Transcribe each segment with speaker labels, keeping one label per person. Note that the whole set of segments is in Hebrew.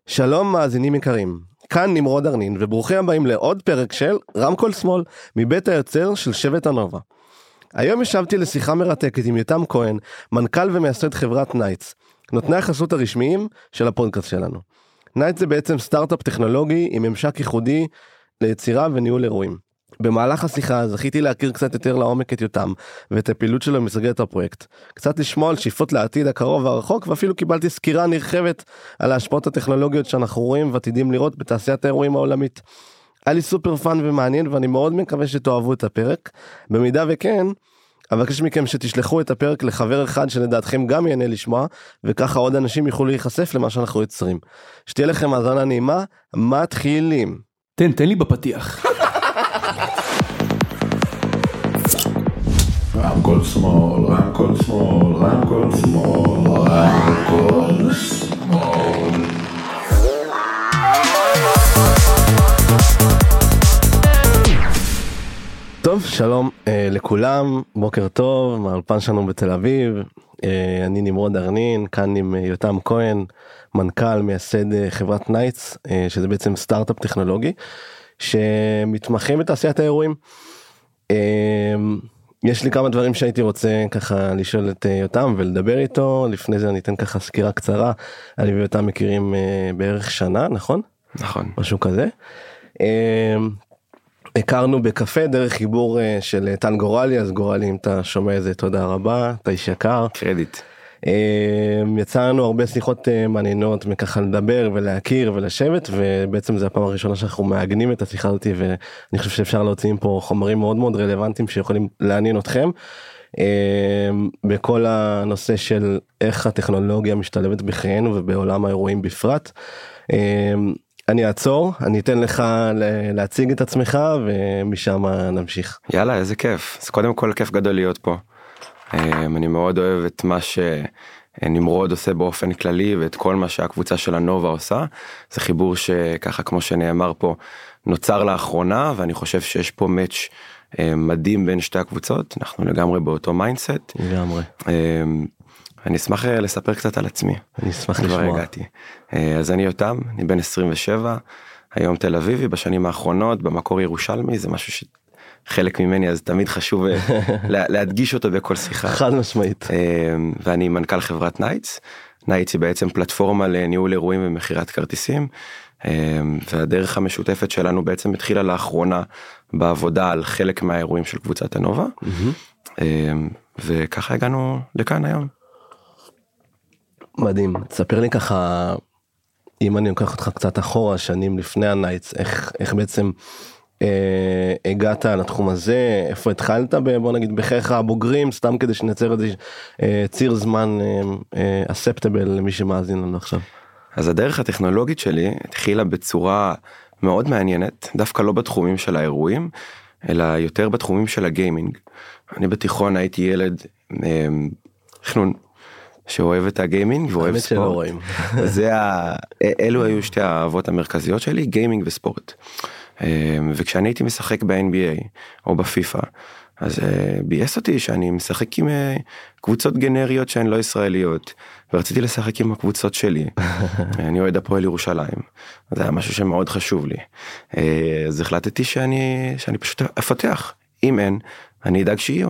Speaker 1: שלום מאזינים יקרים, כאן נמרוד ארנין וברוכים הבאים לעוד פרק של רמקול שמאל מבית היוצר של שבט הנובה. היום ישבתי לשיחה מרתקת עם יותם כהן, מנכ"ל ומייסד חברת נייטס, נותני החסות הרשמיים של הפודקאסט שלנו. נייטס זה בעצם סטארט-אפ טכנולוגי עם ממשק ייחודי ליצירה וניהול אירועים. במהלך השיחה זכיתי להכיר קצת יותר לעומק את יותם ואת הפעילות שלו במסגרת הפרויקט. קצת לשמוע על שאיפות לעתיד הקרוב והרחוק, ואפילו קיבלתי סקירה נרחבת על ההשפעות הטכנולוגיות שאנחנו רואים ועתידים לראות בתעשיית האירועים העולמית. היה לי סופר פן ומעניין, ואני מאוד מקווה שתאהבו את הפרק. במידה וכן, אבקש מכם שתשלחו את הפרק לחבר אחד שלדעתכם גם ייהנה לשמוע, וככה עוד אנשים יוכלו להיחשף למה שאנחנו יוצרים. שתהיה לכם האזנה נעימה, מתחילים.
Speaker 2: תן לי בפתיח.
Speaker 3: רמקול שמאל, רמקול שמאל, רמקול שמאל, רמקול שמאל.
Speaker 1: טוב, שלום לכולם, בוקר טוב, מהאולפן שלנו בתל אביב. אני נמרוד ארנין, כאן עם יותם כהן, מנכ"ל מייסד חברת נייטס, שזה בעצם סטארט-אפ טכנולוגי, שמתמחה בתעשיית האירועים. יש לי כמה דברים שהייתי רוצה ככה לשאול את יותם ולדבר איתו. לפני זה אני אתן ככה סקירה קצרה. אני ויותם מכירים בערך שנה, נכון?
Speaker 2: נכון.
Speaker 1: משהו כזה. הכרנו בקפה דרך חיבור של טל גורלי, אז גורלי אם אתה שומע איזה תודה רבה, אתה איש יקר.
Speaker 2: קרדיט.
Speaker 1: יצאנו הרבה שיחות מעניינות מככה לדבר ולהכיר ולשבת, ובעצם זה הפעם הראשונה שאנחנו מאגנים את השיחה הזאת, ואני חושב שאפשר להוציא פה חומרים מאוד מאוד רלוונטיים שיכולים לעניין אתכם בכל הנושא של איך הטכנולוגיה משתלבת בחיינו ובעולם האירועים בפרט. אני אעצור, אני אתן לך להציג את עצמך ומשם נמשיך.
Speaker 2: יאללה, איזה כיף. אז קודם כל כיף גדול להיות פה. אני מאוד אוהב את מה שנמרוד עושה באופן כללי ואת כל מה שהקבוצה של הנובה עושה. זה חיבור שככה כמו שנאמר פה נוצר לאחרונה, ואני חושב שיש פה מאץ' מדהים בין שתי הקבוצות. אנחנו לגמרי באותו מיינדסט.
Speaker 1: לגמרי.
Speaker 2: אני אשמח לספר קצת על עצמי.
Speaker 1: אני אשמח לשמוע.
Speaker 2: הגעתי. אז אני יותם, אני בן 27, היום תל אביבי, בשנים האחרונות, במקור ירושלמי, זה משהו שחלק ממני, אז תמיד חשוב להדגיש אותו בכל שיחה.
Speaker 1: חד משמעית.
Speaker 2: ואני מנכ"ל חברת נייטס. נייטס היא בעצם פלטפורמה לניהול אירועים ומכירת כרטיסים, והדרך המשותפת שלנו בעצם התחילה לאחרונה בעבודה על חלק מהאירועים של קבוצת הנובה, וככה הגענו לכאן היום.
Speaker 1: מדהים, תספר לי ככה, אם אני לוקח אותך קצת אחורה, שנים לפני הנייטס, איך בעצם הגעת לתחום הזה, איפה התחלת, בוא נגיד בחייך הבוגרים, סתם כדי שנצר איזה ציר זמן אספטבל למי שמאזין לנו עכשיו.
Speaker 2: אז הדרך הטכנולוגית שלי התחילה בצורה מאוד מעניינת, דווקא לא בתחומים של האירועים, אלא יותר בתחומים של הגיימינג. אני בתיכון הייתי ילד חנון, שאוהב את הגיימינג ואוהב ספורט. אלו היו שתי האהבות המרכזיות שלי, גיימינג וספורט. וכשאני הייתי משחק ב-NBA או בפיפה, אז בייס אותי שאני משחק עם קבוצות גנריות שהן לא ישראליות, ורציתי לשחק עם הקבוצות שלי. אני אוהד הפועל ירושלים. זה היה משהו שמאוד חשוב לי. אז החלטתי שאני פשוט אפתח. אם אין, אני אדאג שיהיו.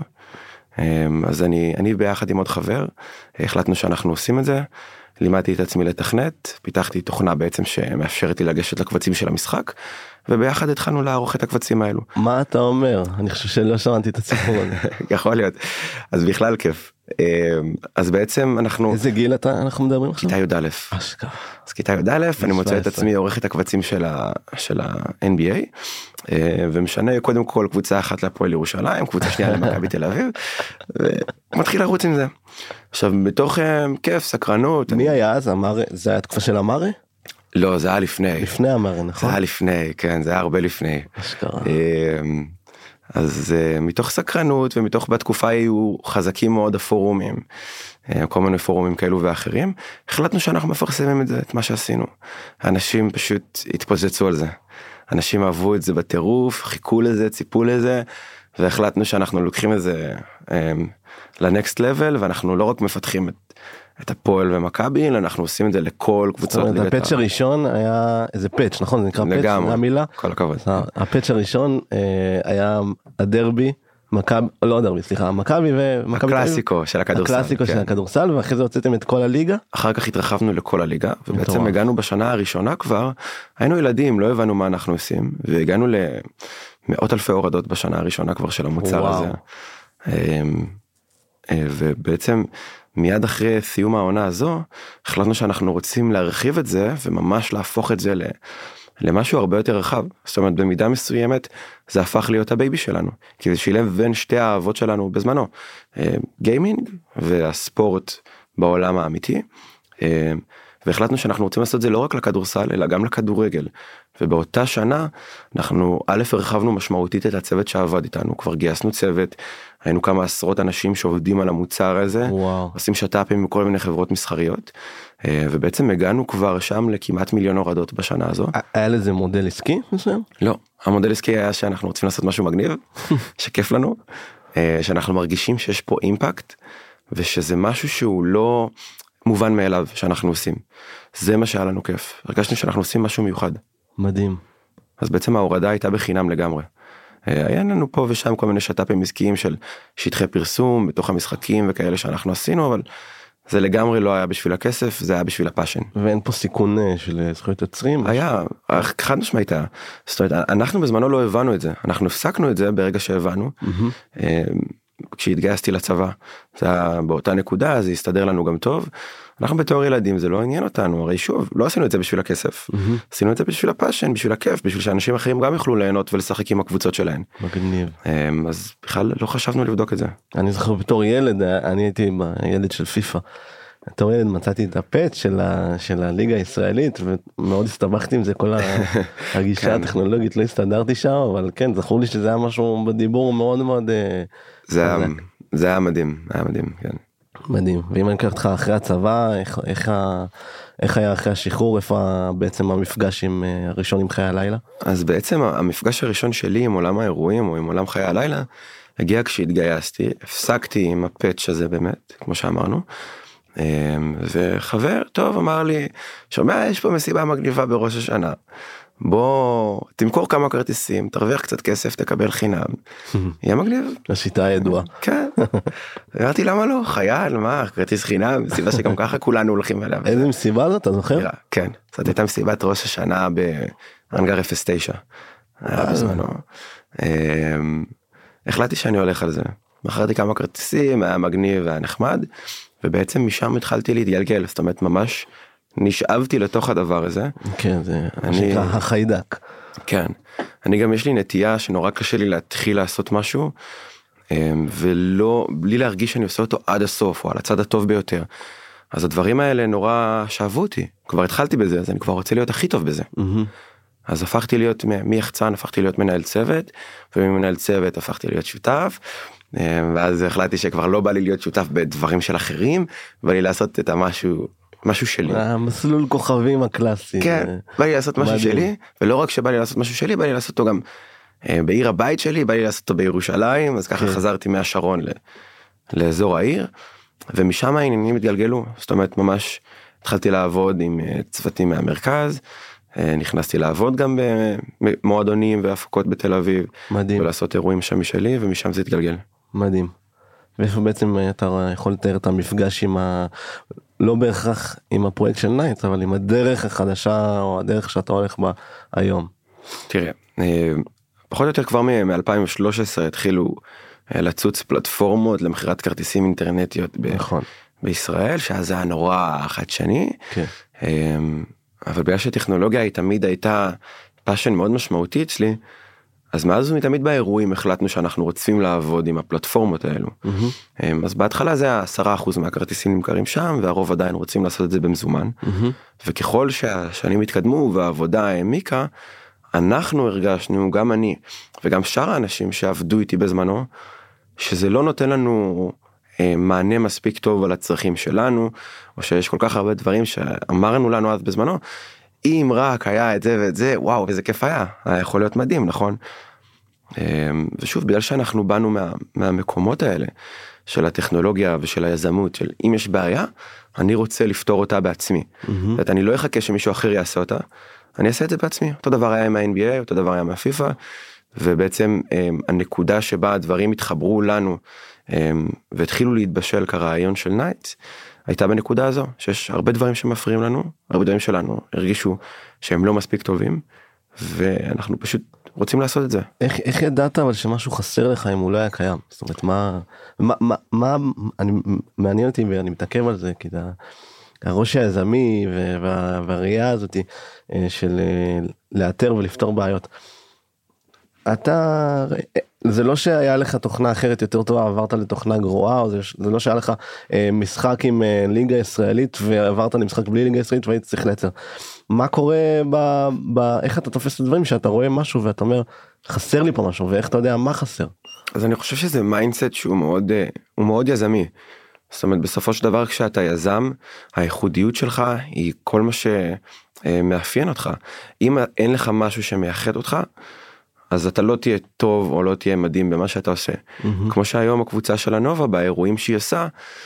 Speaker 2: אז אני ביחד עם עוד חבר, החלטנו שאנחנו עושים את זה, לימדתי את עצמי לתכנת, פיתחתי תוכנה בעצם שמאפשרת לי לגשת לקבצים של המשחק, וביחד התחלנו לערוך את הקבצים האלו.
Speaker 1: מה אתה אומר? אני חושב שלא שמעתי את הסיפור הזה.
Speaker 2: יכול להיות, אז בכלל כיף. אז בעצם אנחנו...
Speaker 1: איזה גיל אנחנו מדברים עכשיו?
Speaker 2: כיתה י"א.
Speaker 1: אשכרה.
Speaker 2: אז כיתה י"א, אני מוצא את עצמי עורך את הקבצים של ה-NBA, ומשנה קודם כל קבוצה אחת להפועל ירושלים, קבוצה שנייה למכבי תל אביב, ומתחיל לרוץ עם זה. עכשיו בתוך כיף, סקרנות.
Speaker 1: מי היה אז? זה היה התקופה של אמרי?
Speaker 2: לא, זה היה לפני.
Speaker 1: לפני אמרי, נכון?
Speaker 2: זה היה לפני, כן, זה היה הרבה לפני.
Speaker 1: אשכרה.
Speaker 2: אז מתוך סקרנות ומתוך בתקופה היו חזקים מאוד הפורומים, כל מיני פורומים כאלו ואחרים, החלטנו שאנחנו מפרסמים את זה, את מה שעשינו. האנשים פשוט התפוצצו על זה. אנשים אהבו את זה בטירוף, חיכו לזה, ציפו לזה, והחלטנו שאנחנו לוקחים את זה לנקסט לבל, ואנחנו לא רק מפתחים את הפועל ומכבי, אנחנו עושים את זה לכל קבוצות ליגת העל.
Speaker 1: הפאץ' הראשון היה איזה פאץ', נכון? זה נקרא פאץ', זה המילה?
Speaker 2: כל הכבוד.
Speaker 1: הפאץ' הראשון היה הדרבי, לא הדרבי, סליחה, מכבי
Speaker 2: הקלאסיקו של הכדורסל.
Speaker 1: הקלאסיקו של הכדורסל, ואחרי זה הוצאתם את כל הליגה?
Speaker 2: אחר כך התרחבנו לכל הליגה, ובעצם הגענו בשנה הראשונה כבר, היינו ילדים, לא הבנו מה אנחנו עושים, והגענו למאות אלפי הורדות בשנה הראשונה כבר של המוצר הזה. ובעצם מיד אחרי סיום העונה הזו, החלטנו שאנחנו רוצים להרחיב את זה, וממש להפוך את זה למשהו הרבה יותר רחב. זאת אומרת, במידה מסוימת, זה הפך להיות הבייבי שלנו, כי זה שילב בין שתי האהבות שלנו בזמנו, גיימינג והספורט בעולם האמיתי, והחלטנו שאנחנו רוצים לעשות את זה לא רק לכדורסל, אלא גם לכדורגל. ובאותה שנה, אנחנו הרחבנו משמעותית את הצוות שעבד איתנו, כבר גייסנו צוות, היינו כמה עשרות אנשים שעובדים על המוצר הזה, עושים שטאפים עם כל מיני חברות מסחריות, ובעצם הגענו כבר שם לכמעט 1,000,000 הורדות בשנה הזו.
Speaker 1: היה לזה מודל עסקי מסוים?
Speaker 2: לא, המודל עסקי היה שאנחנו רוצים לעשות משהו מגניב, שכיף לנו, שאנחנו מרגישים שיש פה אימפקט, ושזה משהו שהוא לא מובן מאליו שאנחנו עושים. זה מה שהיה לנו כיף. הרגשנו שאנחנו עושים משהו מיוחד.
Speaker 1: מדהים.
Speaker 2: אז בעצם ההורדה הייתה בחינם לגמרי. היה לנו פה ושם כל מיני שטאפים עסקיים של שטחי פרסום בתוך המשחקים וכאלה שאנחנו עשינו, אבל זה לגמרי לא היה בשביל הכסף, זה היה בשביל הפאשן.
Speaker 1: ואין פה סיכון של זכויות יוצרים?
Speaker 2: היה, חד משמעית היה. זאת אומרת, אנחנו בזמנו לא הבנו את זה, אנחנו הפסקנו את זה ברגע שהבנו, כשהתגייסתי לצבא, זה היה באותה נקודה, זה הסתדר לנו גם טוב, אנחנו בתור ילדים, זה לא עניין אותנו, הרי שוב, לא עשינו את זה בשביל הכסף, עשינו את זה בשביל הפאשן, בשביל הכיף, בשביל שאנשים אחרים גם יוכלו ליהנות ולשחק עם הקבוצות שלהם.
Speaker 1: מגניב.
Speaker 2: אז בכלל לא חשבנו לבדוק את זה.
Speaker 1: אני זוכר בתור ילד, אני הייתי ילד של פיפה, בתור ילד מצאתי את הפאץ' של הליגה הישראלית, ומאוד הסתבכתי עם זה, כל הגישה הטכנולוגית לא הסתדרתי שם, אבל כן, זכור לי שזה היה משהו בדיבור מאוד מאוד...
Speaker 2: זה היה מדהים, היה מדהים, כן.
Speaker 1: מדהים. ואם אני אקח אותך אחרי הצבא, איך היה אחרי השחרור, איפה בעצם המפגש הראשון עם חיי הלילה?
Speaker 2: אז בעצם המפגש הראשון שלי עם עולם האירועים או עם עולם חיי הלילה, הגיע כשהתגייסתי, הפסקתי עם הפאץ' הזה באמת, כמו שאמרנו, וחבר טוב אמר לי, שומע, יש פה מסיבה מגניבה בראש השנה, בוא תמכור כמה כרטיסים, תרוויח קצת כסף, תקבל חינם, יהיה מגניב.
Speaker 1: השיטה הידועה.
Speaker 2: כן. אמרתי למה לא, חייל, מה, כרטיס חינם, מסיבה שגם ככה כולנו הולכים אליה.
Speaker 1: איזה מסיבה זאת, אתה זוכר?
Speaker 2: כן, זאת הייתה מסיבת ראש השנה באנגר 09, היה בזמנו. החלטתי שאני הולך על זה, מכרתי כמה כרטיסים, היה מגניב והיה נחמד, ובעצם משם התחלתי להתגלגל, זאת אומרת ממש נשאבתי לתוך הדבר הזה. כן,
Speaker 1: זה נקרא החיידק.
Speaker 2: כן, אני גם יש לי נטייה שנורא קשה לי להתחיל לעשות משהו, ולא, בלי להרגיש שאני עושה אותו עד הסוף, או על הצד הטוב ביותר. אז הדברים האלה נורא שאהבו אותי, כבר התחלתי בזה, אז אני כבר רוצה להיות הכי טוב בזה. אז הפכתי להיות מיחצן, הפכתי להיות מנהל צוות, וממנהל צוות הפכתי להיות שותף, ואז החלטתי שכבר לא בא לי להיות שותף בדברים של אחרים, בא לי לעשות את משהו שלי.
Speaker 1: המסלול כוכבים הקלאסי.
Speaker 2: כן, בא לי לעשות משהו שלי, ולא רק שבא לי לעשות משהו שלי, בא לי לעשות אותו גם בעיר הבית שלי, בא לי לעשות אותו בירושלים, אז ככה חזרתי מהשרון לאזור העיר, ומשם העניינים התגלגלו, זאת אומרת ממש התחלתי לעבוד עם צוותים מהמרכז, נכנסתי לעבוד גם במועדונים והפקות בתל אביב,
Speaker 1: מדהים.
Speaker 2: ולעשות אירועים שם משלי, ומשם זה התגלגל.
Speaker 1: מדהים. ואיפה בעצם אתה יכול לתאר את המפגש עם לא בהכרח עם הפרויקט של נייט, אבל עם הדרך החדשה, או הדרך שאתה הולך בה היום?
Speaker 2: תראה, פחות או יותר כבר מ-2013 התחילו לצוץ פלטפורמות למכירת כרטיסים אינטרנטיות בישראל, שאז היה נורא חדשני. כן. אבל בגלל שטכנולוגיה היא תמיד הייתה פאשן מאוד משמעותי אצלי, אז מאז ומתמיד באירועים החלטנו שאנחנו רוצים לעבוד עם הפלטפורמות האלו. אז בהתחלה זה היה 10% מהכרטיסים נמכרים שם, והרוב עדיין רוצים לעשות את זה במזומן. וככל שהשנים התקדמו והעבודה העמיקה, אנחנו הרגשנו, גם אני וגם שאר האנשים שעבדו איתי בזמנו, שזה לא נותן לנו מענה מספיק טוב על הצרכים שלנו, או שיש כל כך הרבה דברים שאמרנו לנו אז בזמנו, אם רק היה את זה ואת זה, וואו, איזה כיף היה יכול להיות מדהים, נכון? ושוב, בגלל שאנחנו באנו מהמקומות האלה, של הטכנולוגיה ושל היזמות, של אם יש בעיה, אני רוצה לפתור אותה בעצמי. אני לא אחכה שמישהו אחר יעשה אותה, אני אעשה את זה בעצמי. אותו דבר היה עם ה-NBA, אותו דבר היה מהפיפה, ובעצם הנקודה שבה הדברים התחברו לנו, והתחילו להתבשל כרעיון של נייטס, הייתה בנקודה הזו, שיש הרבה דברים שמפריעים לנו, הרבה דברים שלנו הרגישו שהם לא מספיק טובים, ואנחנו פשוט רוצים לעשות את זה.
Speaker 1: איך ידעת אבל שמשהו חסר לך אם הוא לא היה קיים? זאת אומרת, מעניין אותי ואני מתעכב על זה, כי הראש היזמי והראייה הזאת של לאתר ולפתור בעיות. זה לא שהיה לך תוכנה אחרת יותר טובה, עברת לתוכנה גרועה, או זה לא שהיה לך משחק עם ליגה ישראלית, ועברת למשחק בלי ליגה ישראלית, והיית צריך לייצר. מה קורה איך אתה תופס את הדברים, שאתה רואה משהו, ואתה אומר, חסר לי פה משהו, ואיך אתה יודע מה חסר?
Speaker 2: אז אני חושב שזה מיינדסט שהוא מאוד יזמי. זאת אומרת, בסופו של דבר, כשאתה יזם, הייחודיות שלך היא כל מה שמאפיין אותך. אם אין לך משהו שמייחד אותך, אז אתה לא תהיה טוב או לא תהיה מדהים במה שאתה עושה. כמו שהיום הקבוצה של הנובה באירועים שהיא עושה,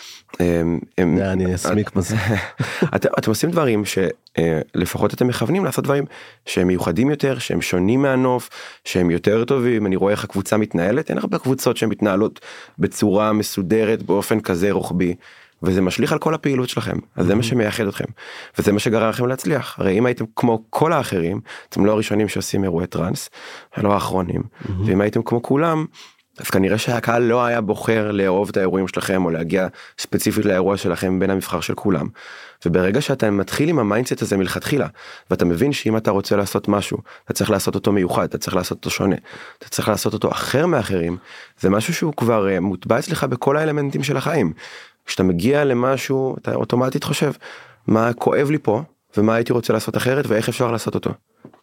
Speaker 1: אני אסמיק בזה.
Speaker 2: אתם עושים דברים שלפחות אתם מכוונים לעשות דברים שהם מיוחדים יותר, שהם שונים מהנוף, שהם יותר טובים. אני רואה איך הקבוצה מתנהלת, אין הרבה קבוצות שהן מתנהלות בצורה מסודרת באופן כזה רוחבי, וזה משליך על כל הפעילות שלכם. אז זה מה שמייחד אתכם, וזה מה שגרם לכם להצליח. הרי אם הייתם כמו כל האחרים, אתם לא הראשונים שעושים אירועי טרנס, ולא האחרונים, ואם הייתם כמו כולם, אז כנראה שהקהל לא היה בוחר לאהוב את האירועים שלכם, או להגיע ספציפית לאירוע שלכם בין המבחר של כולם. וברגע שאתה מתחיל עם המיינדסט הזה מלכתחילה, ואתה מבין שאם אתה רוצה לעשות משהו, אתה צריך לעשות אותו מיוחד, אתה צריך לעשות אותו שונה, אתה צריך לעשות אותו אחר מאחרים, זה משהו שהוא כבר מוטבע אצלך בכל האלמנטים של החיים. כשאתה מגיע למשהו, אתה אוטומטית חושב, מה כואב לי פה, ומה הייתי רוצה לעשות אחרת, ואיך אפשר לעשות אותו.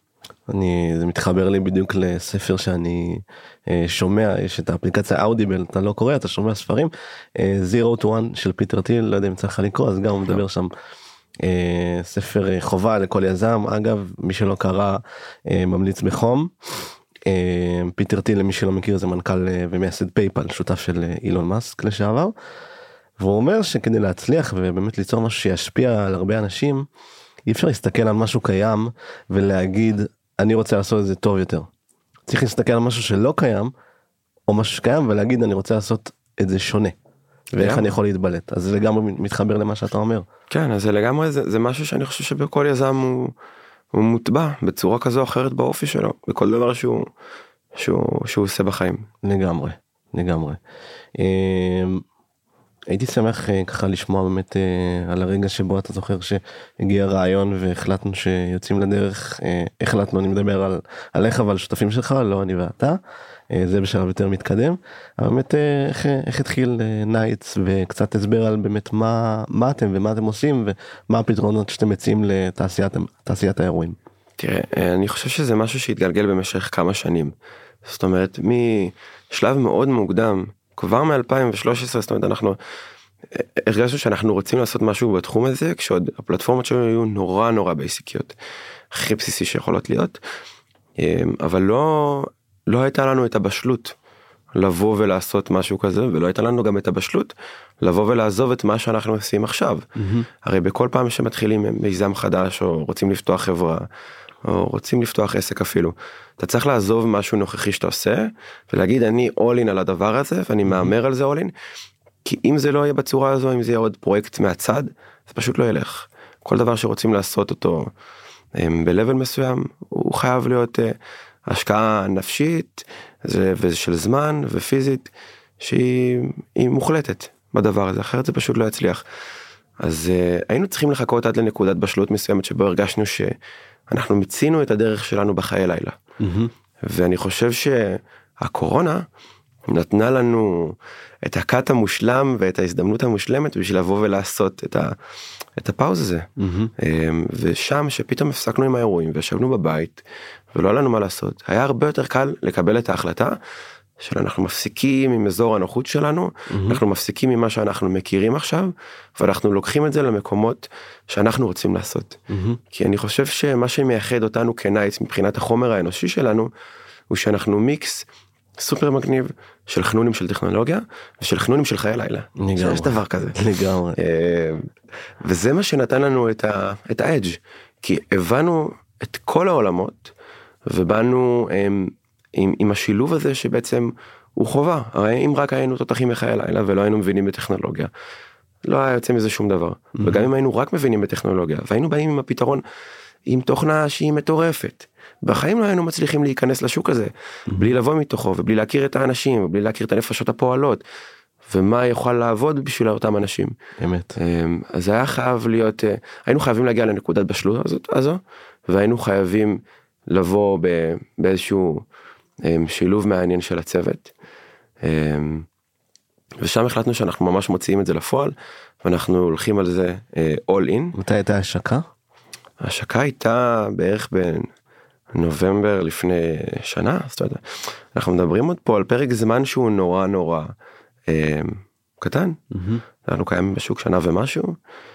Speaker 1: זה מתחבר לי בדיוק לספר שאני שומע, יש את האפליקציה אודיבל, אתה לא קורא, אתה שומע ספרים, Zero to One של פיטר טיל, לא יודע אם צריך לקרוא, אז גם הוא מדבר שם, ספר חובה לכל יזם, אגב, מי שלא קרא, ממליץ בחום, פיטר טיל, למי שלא מכיר, זה מנכ"ל ומייסד פייפל, שותף של אילון מאסק לשעבר, והוא אומר שכדי להצליח ובאמת ליצור משהו שישפיע על הרבה אנשים, אי אפשר להסתכל על משהו קיים ולהגיד, אני רוצה לעשות את זה טוב יותר. צריך להסתכל על משהו שלא קיים, או משהו שקיים, ולהגיד, אני רוצה לעשות את זה שונה. ואיך אני יכול להתבלט. אז זה לגמרי מתחבר למה שאתה אומר.
Speaker 2: כן, אז זה לגמרי, זה משהו שאני חושב שבכל יזם הוא מוטבע, בצורה כזו או אחרת באופי שלו, בכל דבר שהוא עושה בחיים.
Speaker 1: לגמרי. הייתי שמח ככה לשמוע באמת על הרגע שבו אתה זוכר שהגיע רעיון והחלטנו שיוצאים לדרך, החלטנו, אני מדבר עליך ועל שותפים שלך, לא אני ואתה, זה בשלב יותר מתקדם, אבל באמת איך התחיל נייטס וקצת הסבר על באמת מה אתם ומה אתם עושים ומה הפתרונות שאתם מציעים לתעשיית האירועים.
Speaker 2: תראה, אני חושב שזה משהו שהתגלגל במשך כמה שנים, זאת אומרת משלב מאוד מוקדם, כבר מ-2013, זאת אומרת, אנחנו הרגשנו שאנחנו רוצים לעשות משהו בתחום הזה, כשעוד הפלטפורמות שלנו היו נורא בייסיקיות, הכי בסיסי שיכולות להיות, אבל לא הייתה לנו את הבשלות לבוא ולעשות משהו כזה, ולא הייתה לנו גם את הבשלות לבוא ולעזוב את מה שאנחנו עושים עכשיו. הרי בכל פעם שמתחילים מיזם חדש, או רוצים לפתוח חברה, או רוצים לפתוח עסק אפילו, אתה צריך לעזוב משהו נוכחי שאתה עושה, ולהגיד אני all in על הדבר הזה, ואני מאמר על זה all in, כי אם זה לא יהיה בצורה הזו, אם זה יהיה עוד פרויקט מהצד, זה פשוט לא ילך. כל דבר שרוצים לעשות אותו ב-level מסוים, הוא חייב להיות השקעה נפשית, ושל זמן ופיזית, שהיא מוחלטת בדבר הזה, אחרת זה פשוט לא יצליח. אז היינו צריכים לחכות עד לנקודת בשלות מסוימת, שבו הרגשנו אנחנו מצינו את הדרך שלנו בחיי לילה. ואני חושב שהקורונה נתנה לנו את הקאט המושלם ואת ההזדמנות המושלמת בשביל לבוא ולעשות את הפאוז הזה. ושם שפתאום הפסקנו עם האירועים וישבנו בבית ולא היה לנו מה לעשות, היה הרבה יותר קל לקבל את ההחלטה של אנחנו מפסיקים עם אזור הנוחות שלנו, אנחנו מפסיקים ממה שאנחנו מכירים עכשיו, ואנחנו לוקחים את זה למקומות שאנחנו רוצים לעשות. כי אני חושב שמה שמייחד אותנו כנייטס מבחינת החומר האנושי שלנו, הוא שאנחנו מיקס סופר מגניב של חנונים של טכנולוגיה ושל חנונים של חיי לילה. יש דבר כזה.
Speaker 1: לגמרי.
Speaker 2: וזה מה שנתן לנו את האדג', כי הבנו את כל העולמות ובאנו עם השילוב הזה שבעצם הוא חובה. הרי אם רק היינו תותחים מחיי לילה ולא היינו מבינים בטכנולוגיה, לא היה יוצא מזה שום דבר. וגם אם היינו רק מבינים בטכנולוגיה והיינו באים עם הפתרון עם תוכנה שהיא מטורפת, בחיים לא היינו מצליחים להיכנס לשוק הזה, בלי לבוא מתוכו, ובלי להכיר את האנשים, ובלי להכיר את הנפשות הפועלות, ומה יכול לעבוד בשביל אותם אנשים.
Speaker 1: אמת.
Speaker 2: אז היה חייב להיות, היינו חייבים להגיע לנקודת בשלות הזו, והיינו חייבים לבוא באיזשהו שילוב מעניין של הצוות. ושם החלטנו שאנחנו ממש מוציאים את זה לפועל, ואנחנו הולכים על זה all in.
Speaker 1: מתי הייתה השקה?
Speaker 2: ההשקה הייתה בערך בנובמבר לפני שנה, אז אתה יודע, אנחנו מדברים עוד פה על פרק זמן שהוא נורא נורא קטן, אנחנו קיימים בשוק שנה ומשהו,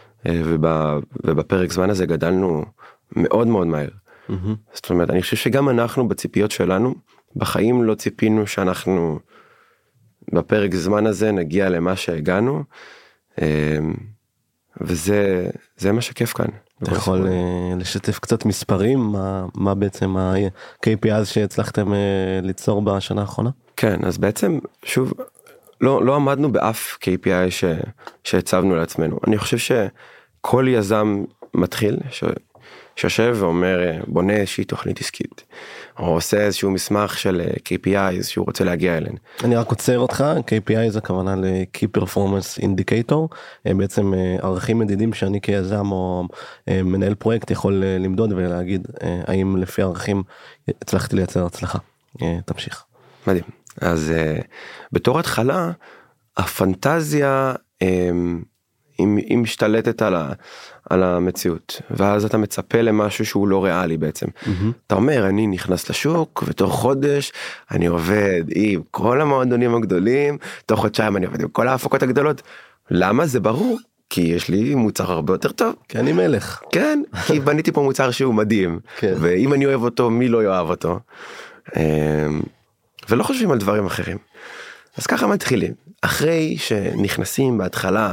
Speaker 2: ובפרק זמן הזה גדלנו מאוד מאוד מהר. זאת אומרת, אני חושב שגם אנחנו בציפיות שלנו, בחיים לא ציפינו שאנחנו בפרק זמן הזה נגיע למה שהגענו, וזה מה שכיף כאן.
Speaker 1: אתה יכול לשתף קצת מספרים, מה בעצם ה-KPIs שהצלחתם ליצור בשנה האחרונה?
Speaker 2: כן, אז בעצם, שוב, לא עמדנו באף KPI שהצבנו לעצמנו. אני חושב שכל יזם מתחיל, שיושב ואומר, בונה איזושהי תוכנית עסקית, או עושה איזשהו מסמך של KPIs שהוא רוצה להגיע אליהן.
Speaker 1: אני רק עוצר אותך, KPI זה הכוונה ל-Key Performance Indicator, בעצם ערכים מדידים שאני כיזם או מנהל פרויקט יכול למדוד ולהגיד האם לפי הערכים הצלחתי לייצר הצלחה. תמשיך.
Speaker 2: מדהים. אז בתור התחלה, הפנטזיה היא משתלטת על המציאות, ואז אתה מצפה למשהו שהוא לא ריאלי בעצם. אתה אומר, אני נכנס לשוק, ותוך חודש אני עובד עם כל המועדונים הגדולים, תוך חודשיים אני עובד עם כל ההפקות הגדולות. למה? זה ברור, כי יש לי מוצר הרבה יותר טוב.
Speaker 1: כי אני מלך.
Speaker 2: כן, כי בניתי פה מוצר שהוא מדהים, ואם אני אוהב אותו, מי לא יאהב אותו? ולא חושבים על דברים אחרים. אז ככה מתחילים. אחרי שנכנסים בהתחלה,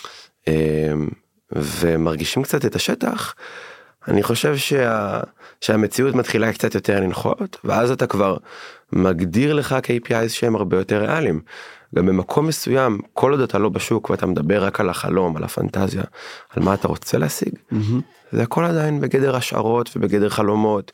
Speaker 2: ומרגישים קצת את השטח, אני חושב שהמציאות מתחילה קצת יותר לנחות, ואז אתה כבר מגדיר לך KPIs שהם הרבה יותר ריאליים. גם במקום מסוים, כל עוד אתה לא בשוק, ואתה מדבר רק על החלום, על הפנטזיה, על מה אתה רוצה להשיג, זה הכל עדיין בגדר השערות ובגדר חלומות,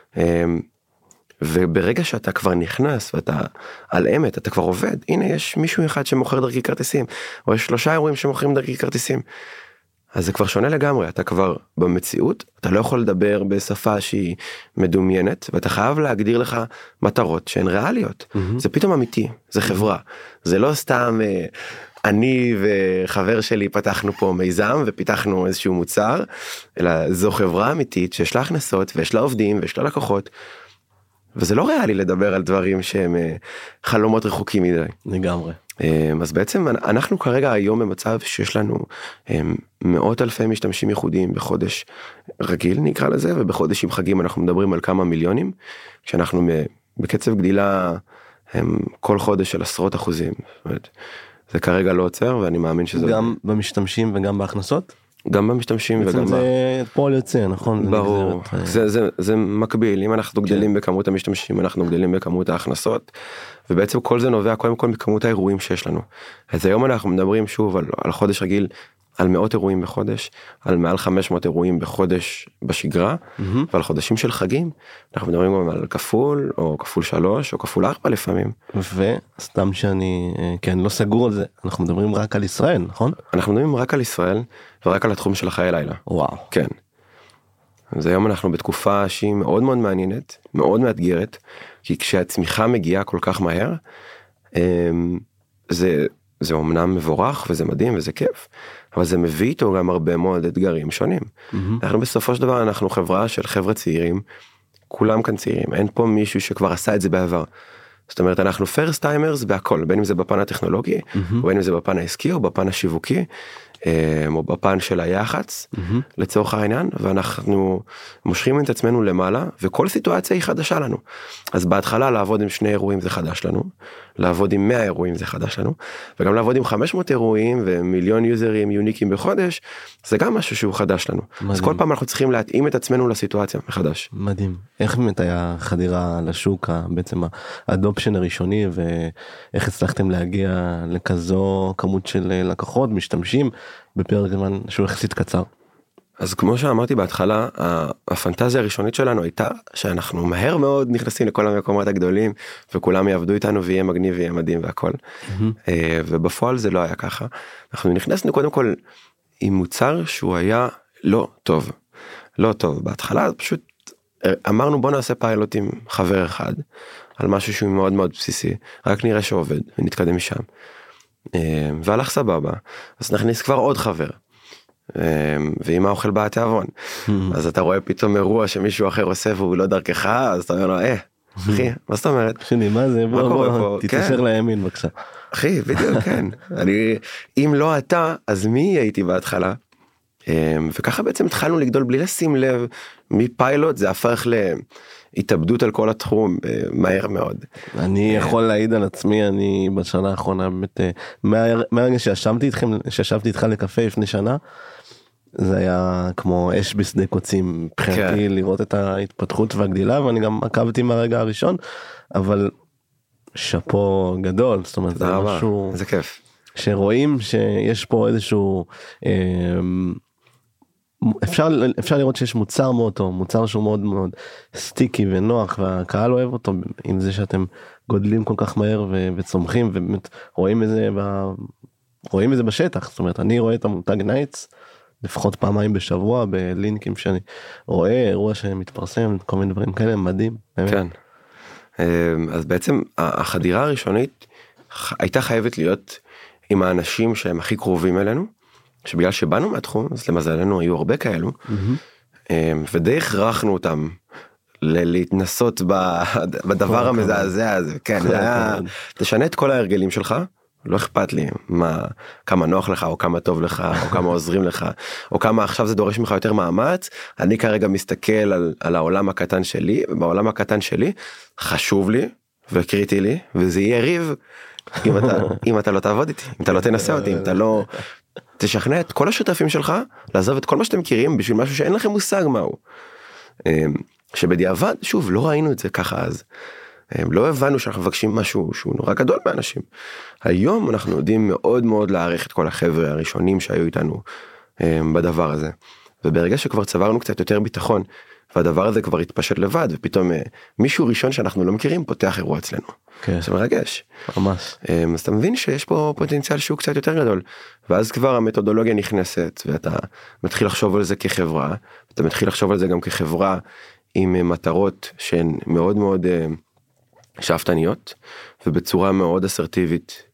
Speaker 2: וברגע שאתה כבר נכנס ואתה על אמת, אתה כבר עובד, הנה יש מישהו אחד שמוכר דרכי כרטיסים, או יש 3 אירועים שמוכרים דרכי כרטיסים, אז זה כבר שונה לגמרי, אתה כבר במציאות, אתה לא יכול לדבר בשפה שהיא מדומיינת, ואתה חייב להגדיר לך מטרות שהן ריאליות, זה פתאום אמיתי, זה חברה, זה לא סתם אני וחבר שלי פתחנו פה מיזם ופיתחנו איזשהו מוצר, אלא זו חברה אמיתית שיש לה הכנסות ויש לה עובדים ויש לה לקוחות, וזה לא ריאלי לדבר על דברים שהם חלומות רחוקים מדי.
Speaker 1: לגמרי.
Speaker 2: אז בעצם אנחנו כרגע היום במצב שיש לנו מאות אלפי משתמשים ייחודיים בחודש רגיל נקרא לזה, ובחודש עם חגים אנחנו מדברים על כמה מיליונים, כשאנחנו בקצב גדילה כל חודש של עשרות אחוזים. זאת אומרת, זה כרגע לא עוצר, ואני מאמין שזה...
Speaker 1: גם במשתמשים וגם בהכנסות?
Speaker 2: גם במשתמשים וגם...
Speaker 1: זה פועל יוצא, נכון?
Speaker 2: ברור, זה מקביל, אם אנחנו גדלים בכמות המשתמשים, אנחנו גדלים בכמות ההכנסות, ובעצם כל זה נובע קודם כל מכמות האירועים שיש לנו. אז היום אנחנו מדברים שוב על חודש רגיל, על מאות אירועים בחודש, על מעל 500 אירועים בחודש בשגרה, ועל חודשים של חגים, אנחנו מדברים גם על כפול, או כפול 3, או כפול 4 לפעמים.
Speaker 1: וסתם שאני, כן, לא סגור על זה, אנחנו מדברים רק על ישראל, נכון?
Speaker 2: אנחנו מדברים רק על ישראל, ורק על התחום של חיי לילה.
Speaker 1: וואו.
Speaker 2: כן. אז היום אנחנו בתקופה שהיא מאוד מאוד מעניינת, מאוד מאתגרת, כי כשהצמיחה מגיעה כל כך מהר, זה אומנם מבורך וזה מדהים וזה כיף, אבל זה מביא איתו גם הרבה מאוד אתגרים שונים. אנחנו בסופו של דבר, אנחנו חברה של חבר'ה צעירים, כולם כאן צעירים, אין פה מישהו שכבר עשה את זה בעבר. זאת אומרת, אנחנו first timers בהכל, בין אם זה בפן הטכנולוגי, או בין אם זה בפן העסקי או בפן השיווקי, או בפן של היח"צ, לצורך העניין, ואנחנו מושכים את עצמנו למעלה, וכל סיטואציה היא חדשה לנו. אז בהתחלה לעבוד עם 2 אירועים זה חדש לנו, לעבוד עם 100 אירועים זה חדש לנו, וגם לעבוד עם 500 אירועים ומיליון יוזרים יוניקים בחודש, זה גם משהו שהוא חדש לנו. מדהים. אז כל פעם אנחנו צריכים להתאים את עצמנו לסיטואציה מחדש.
Speaker 1: מדהים. איך באמת היה חדירה לשוק, בעצם האדופשן הראשוני, ואיך הצלחתם להגיע לכזו כמות של לקוחות, משתמשים, בפרק זמן שהוא יחסית קצר?
Speaker 2: אז כמו שאמרתי בהתחלה, הפנטזיה הראשונית שלנו הייתה שאנחנו מהר מאוד נכנסים לכל המקומות הגדולים, וכולם יעבדו איתנו ויהיה מגניב ויהיה מדהים והכל. ובפועל זה לא היה ככה. אנחנו נכנסנו קודם כל עם מוצר שהוא היה לא טוב. לא טוב. בהתחלה פשוט אמרנו בוא נעשה פיילוט עם חבר אחד, על משהו שהוא מאוד מאוד בסיסי, רק נראה שעובד ונתקדם משם. והלך סבבה, אז נכניס כבר עוד חבר. ואם האוכל בא התיאבון, אז אתה רואה פתאום אירוע שמישהו אחר עושה והוא לא דרכך, אז אתה אומר לו, אחי, מה זאת אומרת?
Speaker 1: שני, מה זה? בוא, תתאשר לימין בבקשה.
Speaker 2: אחי, בדיוק, כן. אם לא אתה, אז מי הייתי בהתחלה? וככה בעצם התחלנו לגדול בלי לשים לב, מפיילוט זה הפך להתאבדות על כל התחום, מהר מאוד.
Speaker 1: אני יכול להעיד על עצמי, אני בשנה האחרונה, באמת, מהרגע שישבתי איתך לקפה לפני שנה, זה היה כמו אש בשדה קוצים, מבחינתי לראות את ההתפתחות והגדילה, ואני גם עקבתי מהרגע הראשון, אבל שפו גדול, זאת אומרת, זה משהו...
Speaker 2: זה כיף.
Speaker 1: שרואים שיש פה איזשהו... אפשר לראות שיש מוצר מאוד טוב, מוצר שהוא מאוד מאוד סטיקי ונוח, והקהל אוהב אותו עם זה שאתם גודלים כל כך מהר וצומחים, ובאמת רואים את זה בשטח. זאת אומרת, אני רואה את המותג נייטס לפחות פעמיים בשבוע בלינקים שאני רואה, אירוע שמתפרסם, כל מיני דברים כאלה, מדהים.
Speaker 2: כן. אז בעצם החדירה הראשונית הייתה חייבת להיות עם האנשים שהם הכי קרובים אלינו, שבגלל שבאנו מהתחום, אז למזלנו היו הרבה כאלו, ודי הכרחנו אותם להתנסות בדבר המזעזע הזה. כן, זה היה, תשנה את כל ההרגלים שלך, לא אכפת לי כמה נוח לך, או כמה טוב לך, או כמה עוזרים לך, או כמה עכשיו זה דורש ממך יותר מאמץ. אני כרגע מסתכל על העולם הקטן שלי, ובעולם הקטן שלי חשוב לי וקריטי לי, וזה יהיה ריב אם אתה לא תעבוד איתי, אם אתה לא תנסה אותי, אם אתה לא תשכנע את כל השותפים שלך לעזוב את כל מה שאתם מכירים בשביל משהו שאין לכם מושג מהו. שבדיעבד, שוב, לא ראינו את זה ככה אז. לא הבנו שאנחנו מבקשים משהו שהוא נורא גדול באנשים. היום אנחנו יודעים מאוד מאוד להעריך את כל החבר'ה הראשונים שהיו איתנו בדבר הזה. וברגע שכבר צברנו קצת יותר ביטחון, והדבר הזה כבר התפשט לבד, ופתאום מישהו ראשון שאנחנו לא מכירים פותח אירוע אצלנו. זה מרגש.
Speaker 1: ממש.
Speaker 2: אז אתה מבין שיש פה פוטנציאל שהוא קצת יותר גדול, ואז כבר המתודולוגיה נכנסת, ואתה מתחיל לחשוב על זה כחברה, אתה מתחיל לחשוב על זה גם כחברה עם מטרות שהן מאוד מאוד שאפתניות, ובצורה מאוד אסרטיבית.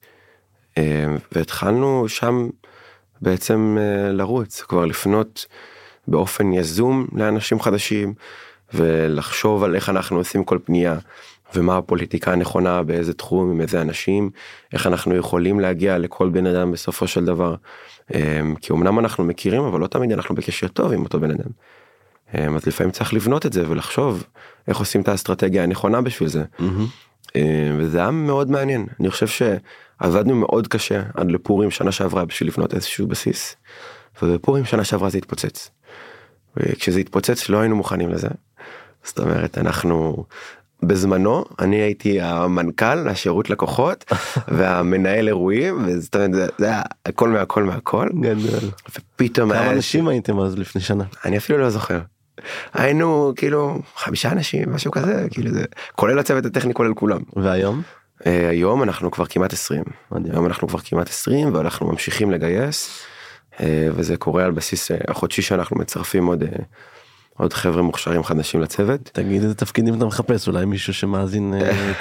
Speaker 2: והתחלנו שם בעצם לרוץ, כבר לפנות באופן יזום לאנשים חדשים, ולחשוב על איך אנחנו עושים כל פנייה, ומה הפוליטיקה הנכונה, באיזה תחום, עם איזה אנשים, איך אנחנו יכולים להגיע לכל בן אדם בסופו של דבר. כי אמנם אנחנו מכירים, אבל לא תמיד אנחנו בקשר טוב עם אותו בן אדם. אז לפעמים צריך לבנות את זה, ולחשוב איך עושים את האסטרטגיה הנכונה בשביל זה. וזה היה מאוד מעניין. אני חושב שעבדנו מאוד קשה עד לפורים שנה שעברה בשביל לבנות איזשהו בסיס, ובפורים שנה שעברה זה התפוצץ. וכשזה התפוצץ לא היינו מוכנים לזה. זאת אומרת, אנחנו בזמנו, אני הייתי המנכ"ל, השירות לקוחות, והמנהל אירועים, וזאת אומרת, זה היה הכל מהכל.
Speaker 1: גדול.
Speaker 2: ופתאום
Speaker 1: כמה אנשים הייתם אז לפני שנה?
Speaker 2: אני אפילו לא זוכר. היינו כאילו 5 אנשים, משהו כזה, כאילו זה, כולל הצוות הטכני, כולל כולם.
Speaker 1: והיום?
Speaker 2: היום אנחנו כבר כמעט 20. היום אנחנו כבר כמעט 20, ואנחנו ממשיכים לגייס, וזה קורה על בסיס החודשי שאנחנו מצרפים עוד חבר'ה מוכשרים חדשים לצוות.
Speaker 1: תגיד איזה תפקידים אתה מחפש, אולי מישהו שמאזין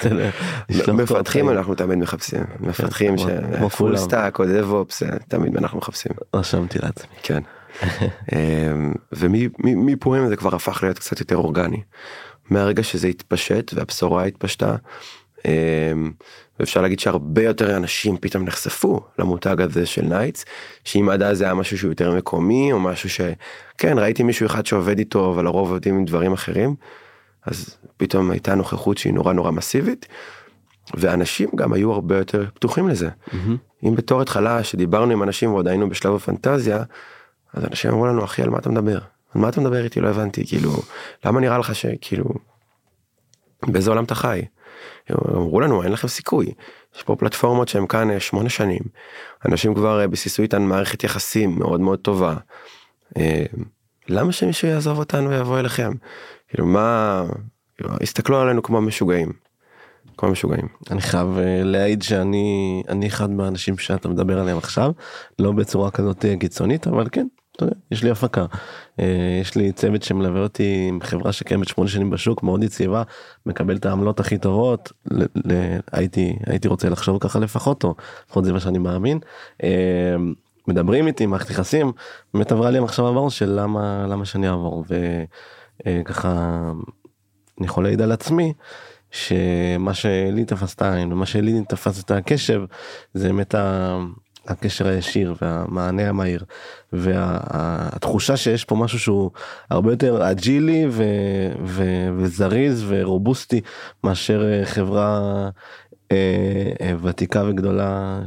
Speaker 2: מפתחים, אנחנו תמיד מחפשים, מפתחים פול סטאק או דב-אופס, תמיד אנחנו מחפשים.
Speaker 1: רשמתי לעצמי.
Speaker 2: כן. ומפורים זה כבר הפך להיות קצת יותר אורגני. מהרגע שזה התפשט והבשורה התפשטה, ואפשר להגיד שהרבה יותר אנשים פתאום נחשפו למותג הזה של נייטס, שאם עד אז זה היה משהו שהוא יותר מקומי, או משהו שכן, ראיתי מישהו אחד שעובד איתו, אבל הרוב עובדים עם דברים אחרים, אז פתאום הייתה נוכחות שהיא נורא נורא מסיבית, ואנשים גם היו הרבה יותר פתוחים לזה. אם בתור התחלה שדיברנו עם אנשים ועוד היינו בשלב הפנטזיה, אז אנשים אמרו לנו, אחי, על מה אתה מדבר? על מה אתה מדבר איתי? לא הבנתי, כאילו, למה נראה לך שכאילו, באיזה עולם אתה חי? אמרו לנו, אין לכם סיכוי. יש פה פלטפורמות שהן כאן 8 שנים. אנשים כבר בסיסו איתן מערכת יחסים מאוד מאוד טובה. למה שמישהו יעזוב אותנו ויבוא אליכם? כאילו, מה... הסתכלו עלינו כמו משוגעים. כמו משוגעים.
Speaker 1: אני חייב להעיד שאני אחד מהאנשים שאתה מדבר עליהם עכשיו, לא בצורה כזאת קיצונית, אבל כן, אתה יודע, יש לי הפקה. יש לי צוות שמלווה אותי עם חברה שקיימת 8 שנים בשוק, מאוד יציבה, מקבל את העמלות הכי טובות, הייתי רוצה לחשוב ככה לפחות, או לפחות זה מה שאני מאמין. מדברים איתי, מערכת יחסים, באמת עברה לי המחשבה בראש של למה שאני אעבור, וככה אני יכול להעיד על עצמי, שמה שלי תפס את העין ומה שלי תפס את הקשב זה באמת הקשר הישיר והמענה המהיר והתחושה שיש פה משהו שהוא הרבה יותר אג'ילי וזריז ורובוסטי מאשר חברה ותיקה וגדולה,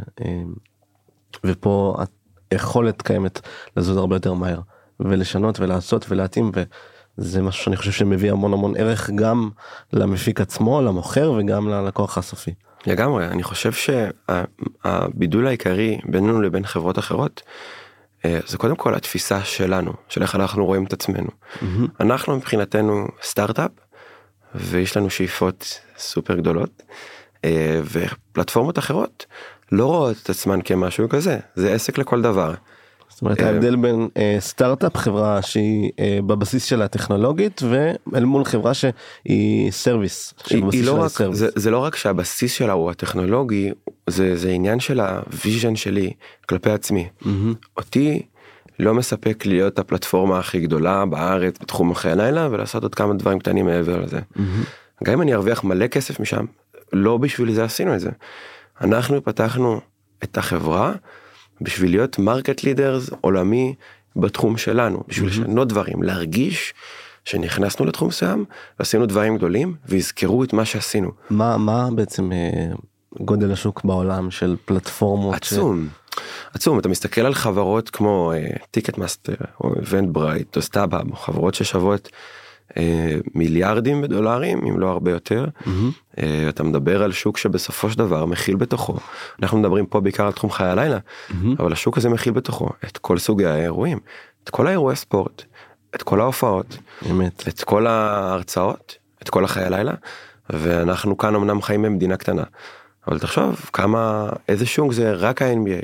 Speaker 1: ופה היכולת קיימת לזוז הרבה יותר מהר ולשנות ולעשות ולהתאים, זה משהו שאני חושב שמביא המון ערך גם למפיק עצמו, למוכר וגם ללקוח הסופי.
Speaker 2: לגמרי, אני חושב שהבידול העיקרי בינינו לבין חברות אחרות, זה קודם כל התפיסה שלנו, של איך אנחנו רואים את עצמנו. אנחנו מבחינתנו סטארט-אפ, ויש לנו שאיפות סופר גדולות, ופלטפורמות אחרות לא רואות את עצמן כמשהו כזה, זה עסק לכל דבר.
Speaker 1: זאת אומרת, ההבדל בין סטארט-אפ, חברה שהיא בבסיס שלה טכנולוגית, ואל מול חברה שהיא סרוויס.
Speaker 2: זה לא רק שהבסיס שלה הוא הטכנולוגי, זה עניין של הוויז'ן שלי כלפי עצמי. אותי לא מספק להיות הפלטפורמה הכי גדולה בארץ, בתחום אחרי הלילה, ולעשות עוד כמה דברים קטנים מעבר לזה. גם אם אני ארוויח מלא כסף משם, לא בשביל זה עשינו את זה. אנחנו פתחנו את החברה, בשביל להיות מרקט לידרס עולמי בתחום שלנו, בשביל לשנות דברים, להרגיש שנכנסנו לתחום מסוים, ועשינו דברים גדולים, והזכרו את מה שעשינו.
Speaker 1: מה בעצם גודל השוק בעולם של פלטפורמות?
Speaker 2: עצום, אתה מסתכל על חברות כמו טיקטמאסטר, או איבנטברייט, או סטאבהאב, או חברות ששוות מיליארדים בדולרים, אם לא הרבה יותר. אתה מדבר על שוק שבסופו של דבר מכיל בתוכו, אנחנו מדברים פה בעיקר על תחום חיי הלילה, אבל השוק הזה מכיל בתוכו את כל סוגי האירועים, את כל האירועי ספורט, את כל ההופעות, את כל ההרצאות, את כל החיי הלילה, ואנחנו כאן אמנם חיים במדינה קטנה, אבל תחשוב איזה שוק זה רק ה-NBA,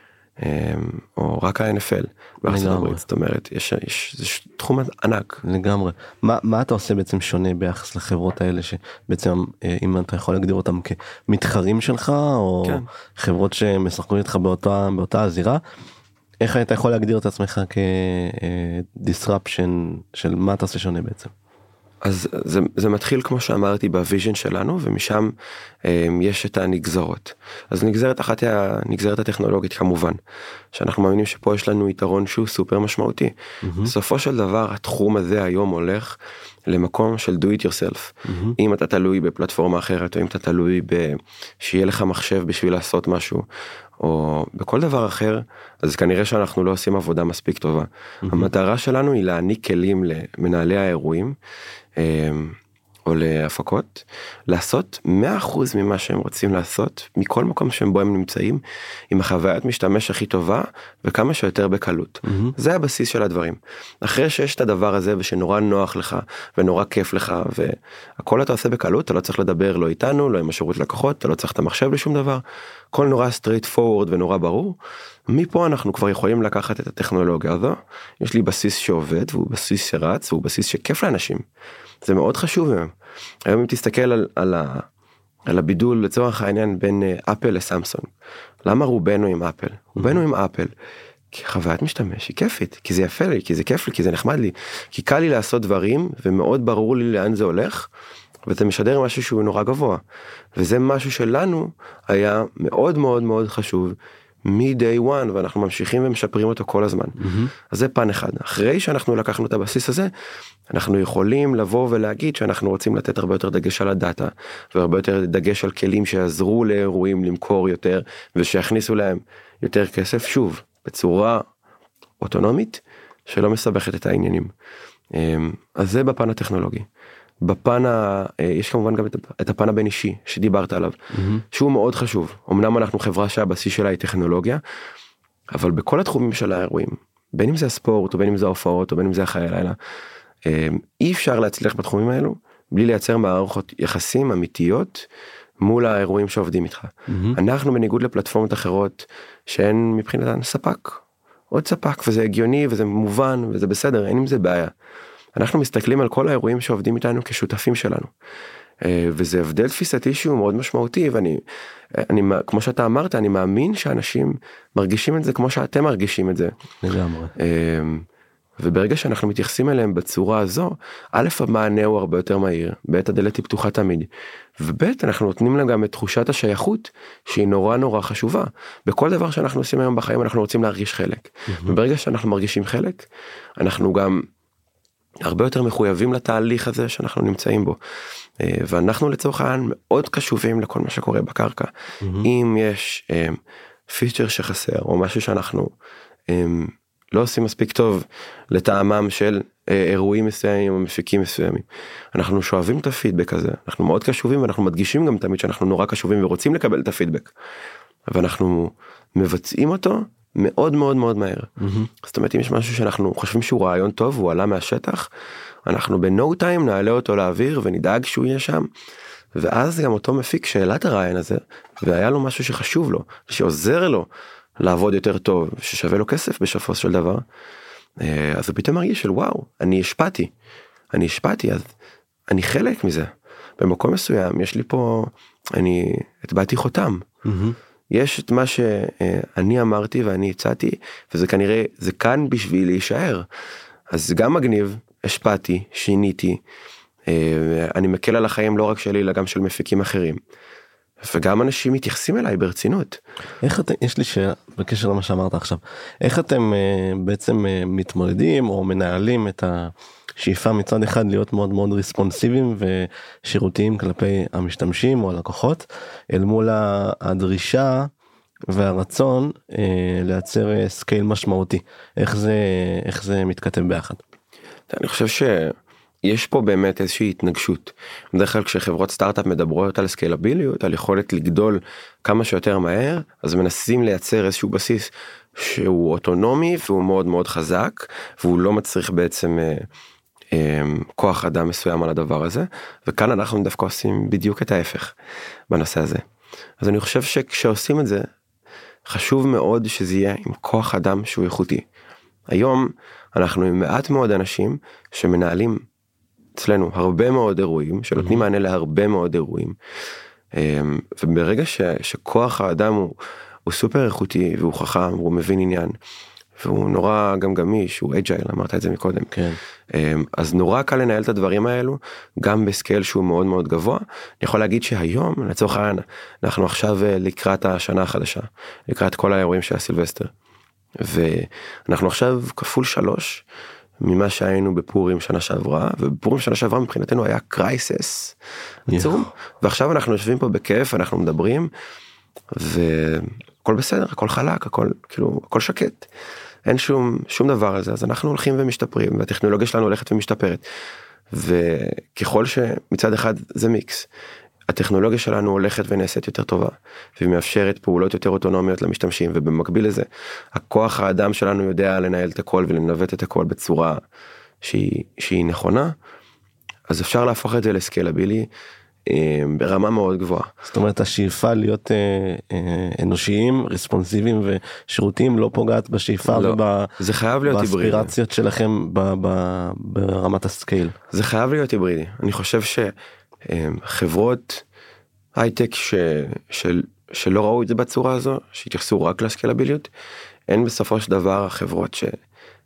Speaker 2: או רק ה-NFL בארצות הברית, זאת אומרת, זה תחום ענק.
Speaker 1: לגמרי. מה אתה עושה בעצם שונה ביחס לחברות האלה, שבעצם אם אתה יכול להגדיר אותם כמתחרים שלך, או חברות שמשחקות איתך באותה הזירה, איך אתה יכול להגדיר את עצמך כדיסרפשן של מה אתה עושה שונה בעצם?
Speaker 2: אז זה מתחיל כמו שאמרתי בוויז'ן שלנו, ומשם יש את הנגזרות. אז נגזרת אחת היא הנגזרת הטכנולוגית כמובן, שאנחנו מאמינים שפה יש לנו יתרון שהוא סופר משמעותי. בסופו של דבר התחום הזה היום הולך למקום של do it yourself. אם אתה תלוי בפלטפורמה אחרת, או אם אתה תלוי שיהיה לך מחשב בשביל לעשות משהו, או בכל דבר אחר, אז כנראה שאנחנו לא עושים עבודה מספיק טובה. המטרה שלנו היא להעניק כלים למנהלי האירועים, או להפקות, לעשות 100% ממה שהם רוצים לעשות, מכל מקום שבו הם נמצאים, עם החוויית משתמש הכי טובה, וכמה שיותר בקלות. זה הבסיס של הדברים. אחרי שיש את הדבר הזה, ושנורא נוח לך, ונורא כיף לך, והכל אתה עושה בקלות, אתה לא צריך לדבר לא איתנו, לא עם השירות לקוחות, אתה לא צריך את המחשב לשום דבר, הכל נורא straight forward ונורא ברור. מפה אנחנו כבר יכולים לקחת את הטכנולוגיה הזו, יש לי בסיס שעובד, והוא בסיס שרץ, והוא בסיס שכיף לאנשים. זה מאוד חשוב היום. היום אם תסתכל על הבידול לצורך העניין בין אפל לסמסונג. למה רובנו עם אפל? רובנו עם אפל. כי חוויית משתמש היא כיפית, כי זה יפה לי, כי זה כיף לי, כי זה נחמד לי, כי קל לי לעשות דברים, ומאוד ברור לי לאן זה הולך, וזה משדר משהו שהוא נורא גבוה, וזה משהו שלנו היה מאוד מאוד מאוד חשוב מ-day one, ואנחנו ממשיכים ומשפרים אותו כל הזמן. אז זה פן אחד. אחרי שאנחנו לקחנו את הבסיס הזה, אנחנו יכולים לבוא ולהגיד שאנחנו רוצים לתת הרבה יותר דגש על הדאטה, והרבה יותר דגש על כלים שיעזרו לאירועים למכור יותר, ושיכניסו להם יותר כסף, שוב, בצורה אוטונומית, שלא מסבכת את העניינים. אז זה בפן הטכנולוגי. בפן יש כמובן גם את הפן הבין אישי שדיברת עליו, שהוא מאוד חשוב. אמנם אנחנו חברה שהבסיס שלה היא טכנולוגיה, אבל בכל התחומים של האירועים, בין אם זה הספורט, או בין אם זה ההופעות, או בין אם זה החיי לילה, אי אפשר להצליח בתחומים האלו, בלי לייצר מערכות יחסים אמיתיות, מול האירועים שעובדים איתך. אנחנו בניגוד לפלטפורמות אחרות, שהן מבחינתן ספק, עוד ספק, וזה הגיוני, וזה מובן, וזה בסדר, אין עם זה בעיה. אנחנו מסתכלים על כל האירועים שעובדים איתנו כשותפים שלנו. וזה הבדל תפיסתי שהוא מאוד משמעותי, ואני, כמו שאתה אמרת, אני מאמין שאנשים מרגישים את זה כמו שאתם מרגישים את זה.
Speaker 1: לגמרי.
Speaker 2: וברגע שאנחנו מתייחסים אליהם בצורה הזו, א', המענה הוא הרבה יותר מהיר, ב', הדלת היא פתוחה תמיד, וב', אנחנו נותנים להם גם את תחושת השייכות, שהיא נורא נורא חשובה. בכל דבר שאנחנו עושים היום בחיים, אנחנו רוצים להרגיש חלק. וברגע שאנחנו מרגישים חלק, אנחנו גם הרבה יותר מחויבים לתהליך הזה שאנחנו נמצאים בו. ואנחנו לצורך העניין מאוד קשובים לכל מה שקורה בקרקע. אם יש פיצ'ר שחסר, או משהו שאנחנו לא עושים מספיק טוב לטעמם של אירועים מסוימים או מפיקים מסוימים. אנחנו שואבים את הפידבק הזה, אנחנו מאוד קשובים, ואנחנו מדגישים גם תמיד שאנחנו נורא קשובים ורוצים לקבל את הפידבק. ואנחנו מבצעים אותו מאוד מאוד מאוד מהר. זאת אומרת, אם יש משהו שאנחנו חושבים שהוא רעיון טוב, הוא עלה מהשטח, אנחנו ב-no time נעלה אותו לאוויר ונדאג שהוא יהיה שם, ואז גם אותו מפיק שאלה את הרעיון הזה, והיה לו משהו שחשוב לו, שעוזר לו לעבוד יותר טוב, ששווה לו כסף בסופו של דבר, אז הוא פתאום מרגיש של וואו, אני השפעתי, אז אני חלק מזה. במקום מסוים, יש לי פה, אני הטבעתי חותם. יש את מה שאני אמרתי ואני הצעתי, וזה כנראה, זה כאן בשביל להישאר. אז גם מגניב, השפעתי, שיניתי, אני מקל על החיים לא רק שלי, אלא גם של מפיקים אחרים. וגם אנשים מתייחסים אליי ברצינות.
Speaker 1: יש לי שאלה בקשר למה שאמרת עכשיו, איך אתם בעצם מתמודדים או מנהלים את השאיפה מצד אחד להיות מאוד מאוד ריספונסיביים ושירותיים כלפי המשתמשים או הלקוחות, אל מול הדרישה והרצון לייצר סקייל משמעותי, איך זה מתכתב ביחד?
Speaker 2: אני חושב יש פה באמת איזושהי התנגשות. בדרך כלל כשחברות סטארט-אפ מדברות על סקיילביליות, על יכולת לגדול כמה שיותר מהר, אז מנסים לייצר איזשהו בסיס שהוא אוטונומי והוא מאוד מאוד חזק, והוא לא מצריך בעצם כוח אדם מסוים על הדבר הזה, וכאן אנחנו דווקא עושים בדיוק את ההפך בנושא הזה. אז אני חושב שכשעושים את זה, חשוב מאוד שזה יהיה עם כוח אדם שהוא איכותי. היום אנחנו עם מעט מאוד אנשים שמנהלים אצלנו הרבה מאוד אירועים, שנותנים מענה להרבה מאוד אירועים, וברגע שכוח האדם הוא סופר איכותי, והוא חכם, והוא מבין עניין, והוא נורא גם גמיש, הוא אג'ייל, אמרת את זה מקודם,
Speaker 1: כן.
Speaker 2: אז נורא קל לנהל את הדברים האלו, גם בסקייל שהוא מאוד מאוד גבוה. אני יכול להגיד שהיום, לצורך העניין, אנחנו עכשיו לקראת השנה החדשה, לקראת כל האירועים של הסילבסטר, ואנחנו עכשיו כפול 3, ממה שהיינו בפורים שנה שעברה, ובפורים שנה שעברה מבחינתנו היה קרייסס עצום, ועכשיו אנחנו יושבים פה בכיף, אנחנו מדברים, והכל בסדר, הכל חלק, הכל שקט, אין שום דבר על זה, אז אנחנו הולכים ומשתפרים, והטכנולוגיה שלנו הולכת ומשתפרת, וככל שמצד אחד זה מיקס, הטכנולוגיה שלנו הולכת ונעשית יותר טובה, והיא מאפשרת פעולות יותר אוטונומיות למשתמשים, ובמקביל לזה, הכוח האדם שלנו יודע לנהל את הכל ולנווט את הכל בצורה שהיא נכונה, אז אפשר להפוך את זה לסקיילבילי ברמה מאוד גבוהה.
Speaker 1: זאת אומרת, השאיפה להיות אנושיים, ריספונסיביים ושירותיים לא פוגעת בשאיפה
Speaker 2: זה חייב להיות היברידי.
Speaker 1: באספירציות שלכם ברמת הסקייל.
Speaker 2: זה חייב להיות היברידי. אני חושב חברות הייטק שלא ראו את זה בצורה הזו, שהתייחסו רק לסקיילביליות, אין בסופו של דבר חברות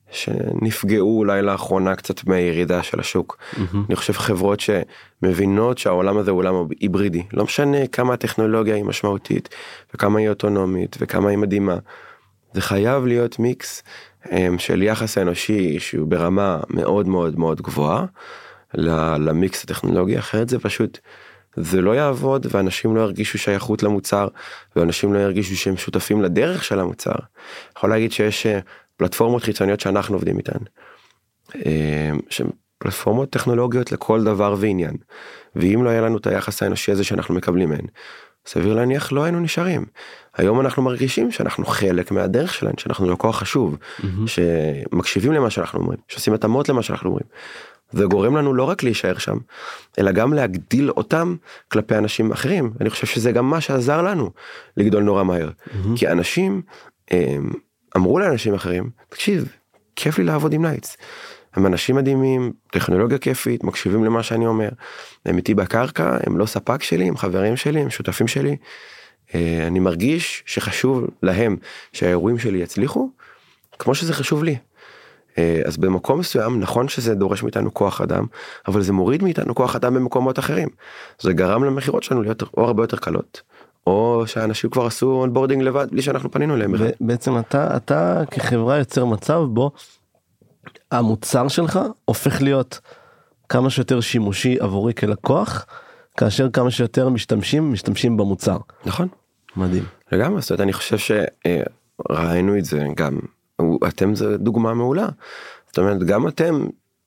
Speaker 2: שנפגעו אולי לאחרונה קצת מהירידה של השוק. אני חושב חברות שמבינות שהעולם הזה הוא עולם היברידי, לא משנה כמה הטכנולוגיה היא משמעותית, וכמה היא אוטונומית, וכמה היא מדהימה. זה חייב להיות מיקס של יחס האנושי שהוא ברמה מאוד מאוד מאוד גבוהה, למיקס הטכנולוגי, אחרת זה פשוט, זה לא יעבוד, ואנשים לא ירגישו שייכות למוצר, ואנשים לא ירגישו שהם שותפים לדרך של המוצר. יכול להגיד שיש פלטפורמות חיצוניות שאנחנו עובדים איתן, שהן פלטפורמות טכנולוגיות לכל דבר ועניין, ואם לא היה לנו את היחס האנושי הזה שאנחנו מקבלים מהן, סביר להניח לא היינו נשארים. היום אנחנו מרגישים שאנחנו חלק מהדרך שלנו, שאנחנו לקוח חשוב, שמקשיבים למה שאנחנו אומרים, שעושים התאמות למה שאנחנו אומרים. זה גורם לנו לא רק להישאר שם, אלא גם להגדיל אותם כלפי אנשים אחרים. אני חושב שזה גם מה שעזר לנו לגדול נורא מהר. כי אנשים אמרו לאנשים אחרים, תקשיב, כיף לי לעבוד עם נייטס. הם אנשים מדהימים, טכנולוגיה כיפית, מקשיבים למה שאני אומר. הם איתי בקרקע, הם לא ספק שלי, הם חברים שלי, הם שותפים שלי. אני מרגיש שחשוב להם שהאירועים שלי יצליחו, כמו שזה חשוב לי. אז במקום מסוים, נכון שזה דורש מאיתנו כוח אדם, אבל זה מוריד מאיתנו כוח אדם במקומות אחרים. זה גרם למחירות שלנו להיות או הרבה יותר קלות, או שאנשים כבר עשו אונבורדינג לבד, בלי שאנחנו פנינו אליהם.
Speaker 1: בעצם אתה כחברה יוצר מצב בו, המוצר שלך הופך להיות כמה שיותר שימושי עבורי כלקוח, כאשר כמה שיותר משתמשים במוצר.
Speaker 2: נכון.
Speaker 1: מדהים.
Speaker 2: לגמרי, זאת אומרת, אני חושב שראינו את זה גם, אתם זה דוגמה מעולה. זאת אומרת, גם אתם,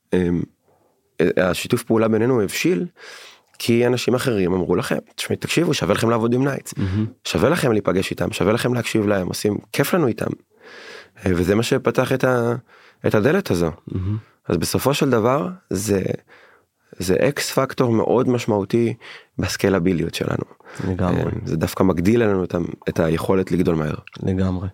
Speaker 2: השיתוף פעולה בינינו הבשיל, כי אנשים אחרים אמרו לכם, תקשיבו, שווה לכם לעבוד עם נייטס, שווה לכם להיפגש איתם, שווה לכם להקשיב להם, עושים כיף לנו איתם. וזה מה שפתח את הדלת הזו. אז בסופו של דבר, זה אקס פקטור מאוד משמעותי בסקלביליות שלנו.
Speaker 1: לגמרי.
Speaker 2: זה דווקא מגדיל לנו את היכולת לגדול מהר.
Speaker 1: לגמרי.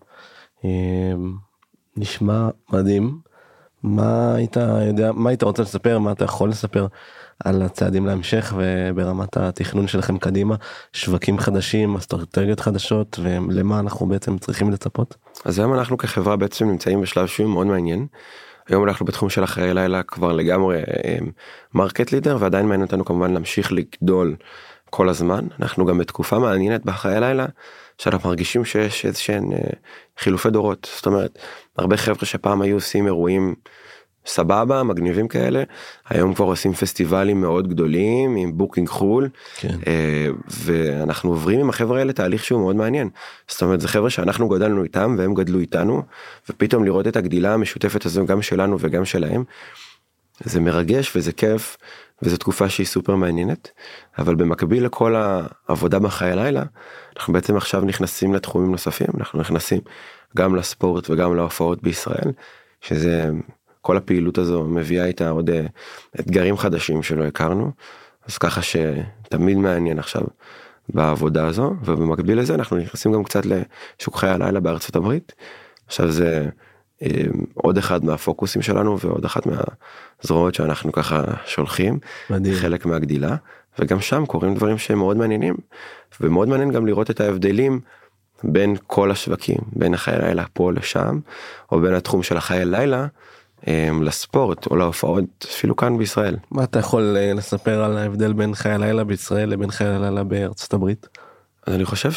Speaker 1: נשמע מדהים. מה היית רוצה לספר, מה אתה יכול לספר על הצעדים להמשך וברמת התכנון שלכם קדימה, שווקים חדשים, אסטרטגיות חדשות, ולמה אנחנו בעצם צריכים לצפות?
Speaker 2: אז היום אנחנו כחברה בעצם נמצאים בשלב שהוא מאוד מעניין. היום אנחנו בתחום של החיי לילה כבר לגמרי מרקט לידר, ועדיין מעניין אותנו כמובן להמשיך לגדול כל הזמן. אנחנו גם בתקופה מעניינת בחיי לילה, שאנחנו מרגישים שיש איזשהם חילופי דורות. זאת אומרת, הרבה חבר'ה שפעם היו עושים אירועים סבבה, מגניבים כאלה, היום כבר עושים פסטיבלים מאוד גדולים, עם בוקינג חול,
Speaker 1: כן.
Speaker 2: ואנחנו עוברים עם החבר'ה האלה תהליך שהוא מאוד מעניין. זאת אומרת, זה חבר'ה שאנחנו גדלנו איתם, והם גדלו איתנו, ופתאום לראות את הגדילה המשותפת הזו, גם שלנו וגם שלהם, זה מרגש וזה כיף, וזו תקופה שהיא סופר מעניינת, אבל במקביל לכל העבודה בחיי לילה, אנחנו בעצם עכשיו נכנסים לתחומים נוספים, אנחנו נכנסים גם לספורט וגם להופעות בישראל, שזה כל הפעילות הזו מביאה איתה עוד אתגרים חדשים שלא הכרנו, אז ככה שתמיד מעניין עכשיו בעבודה הזו, ובמקביל לזה אנחנו נכנסים גם קצת לשוק חיי הלילה בארצות הברית, עכשיו זה עוד אחד מהפוקוסים שלנו ועוד אחת מהזרועות שאנחנו ככה שולחים, מדהים. חלק מהגדילה, וגם שם קורים דברים שהם מאוד מעניינים, ומאוד מעניין גם לראות את ההבדלים בין כל השווקים, בין החיי לילה פה לשם, או בין התחום של החיי לילה לספורט או להופעות אפילו כאן בישראל.
Speaker 1: מה אתה יכול לספר על ההבדל בין חיי לילה בישראל לבין חיי לילה בארצות הברית?
Speaker 2: אז אני חושב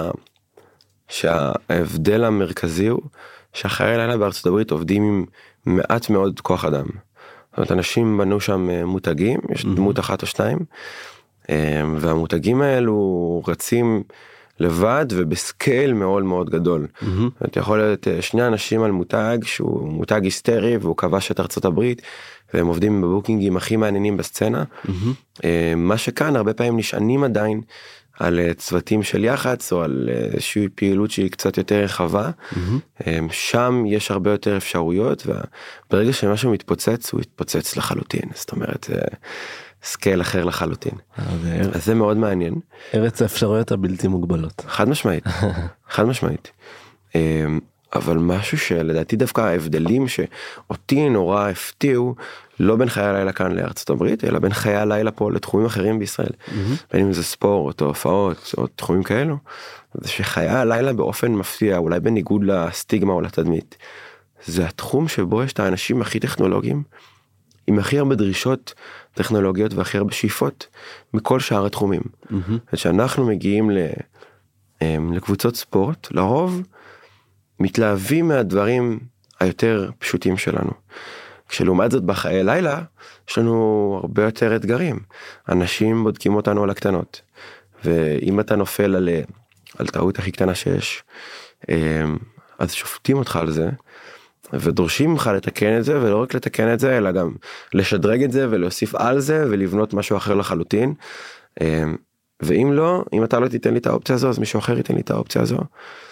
Speaker 2: שההבדל המרכזי הוא שהחיי לילה בארצות הברית עובדים עם מעט מאוד כוח אדם. זאת אומרת, אנשים בנו שם מותגים, יש דמות אחת או שתיים, והמותגים האלו רצים לבד ובסקייל מאוד מאוד גדול. אתה יכול להיות שני אנשים על מותג שהוא מותג היסטרי והוא כבש את ארצות הברית, והם עובדים בבוקינגים הכי מעניינים בסצנה. מה שכאן הרבה פעמים נשענים עדיין על צוותים של יח"צ או על איזושהי פעילות שהיא קצת יותר רחבה. שם יש הרבה יותר אפשרויות, וברגע שמשהו מתפוצץ הוא יתפוצץ לחלוטין. זאת אומרת, סקייל אחר לחלוטין. אז זה מאוד מעניין.
Speaker 1: ארץ האפשרויות הבלתי מוגבלות.
Speaker 2: חד משמעית. חד משמעית. אבל משהו שלדעתי דווקא ההבדלים שאותי נורא הפתיעו, לא בין חיי הלילה כאן לארצות הברית, אלא בין חיי הלילה פה לתחומים אחרים בישראל. בין אם זה ספורט או הופעות או תחומים כאלו, זה שחיי הלילה באופן מפתיע, אולי בניגוד לסטיגמה או לתדמית, זה התחום שבו יש את האנשים הכי טכנולוגיים, עם הכי הרבה דרישות טכנולוגיות והכי הרבה שאיפות מכל שאר התחומים. כשאנחנו מגיעים לקבוצות ספורט, לרוב מתלהבים מהדברים היותר פשוטים שלנו. כשלעומת זאת בחיי לילה, יש לנו הרבה יותר אתגרים. אנשים בודקים אותנו על הקטנות. ואם אתה נופל על טעות הכי קטנה שיש, אז שופטים אותך על זה, ודורשים לך לתקן את זה, ולא רק לתקן את זה, אלא גם לשדרג את זה, ולהוסיף על זה, ולבנות משהו אחר לחלוטין. ואם לא, אם אתה לא תיתן לי את האופציה הזו, אז מישהו אחר ייתן לי את האופציה הזו.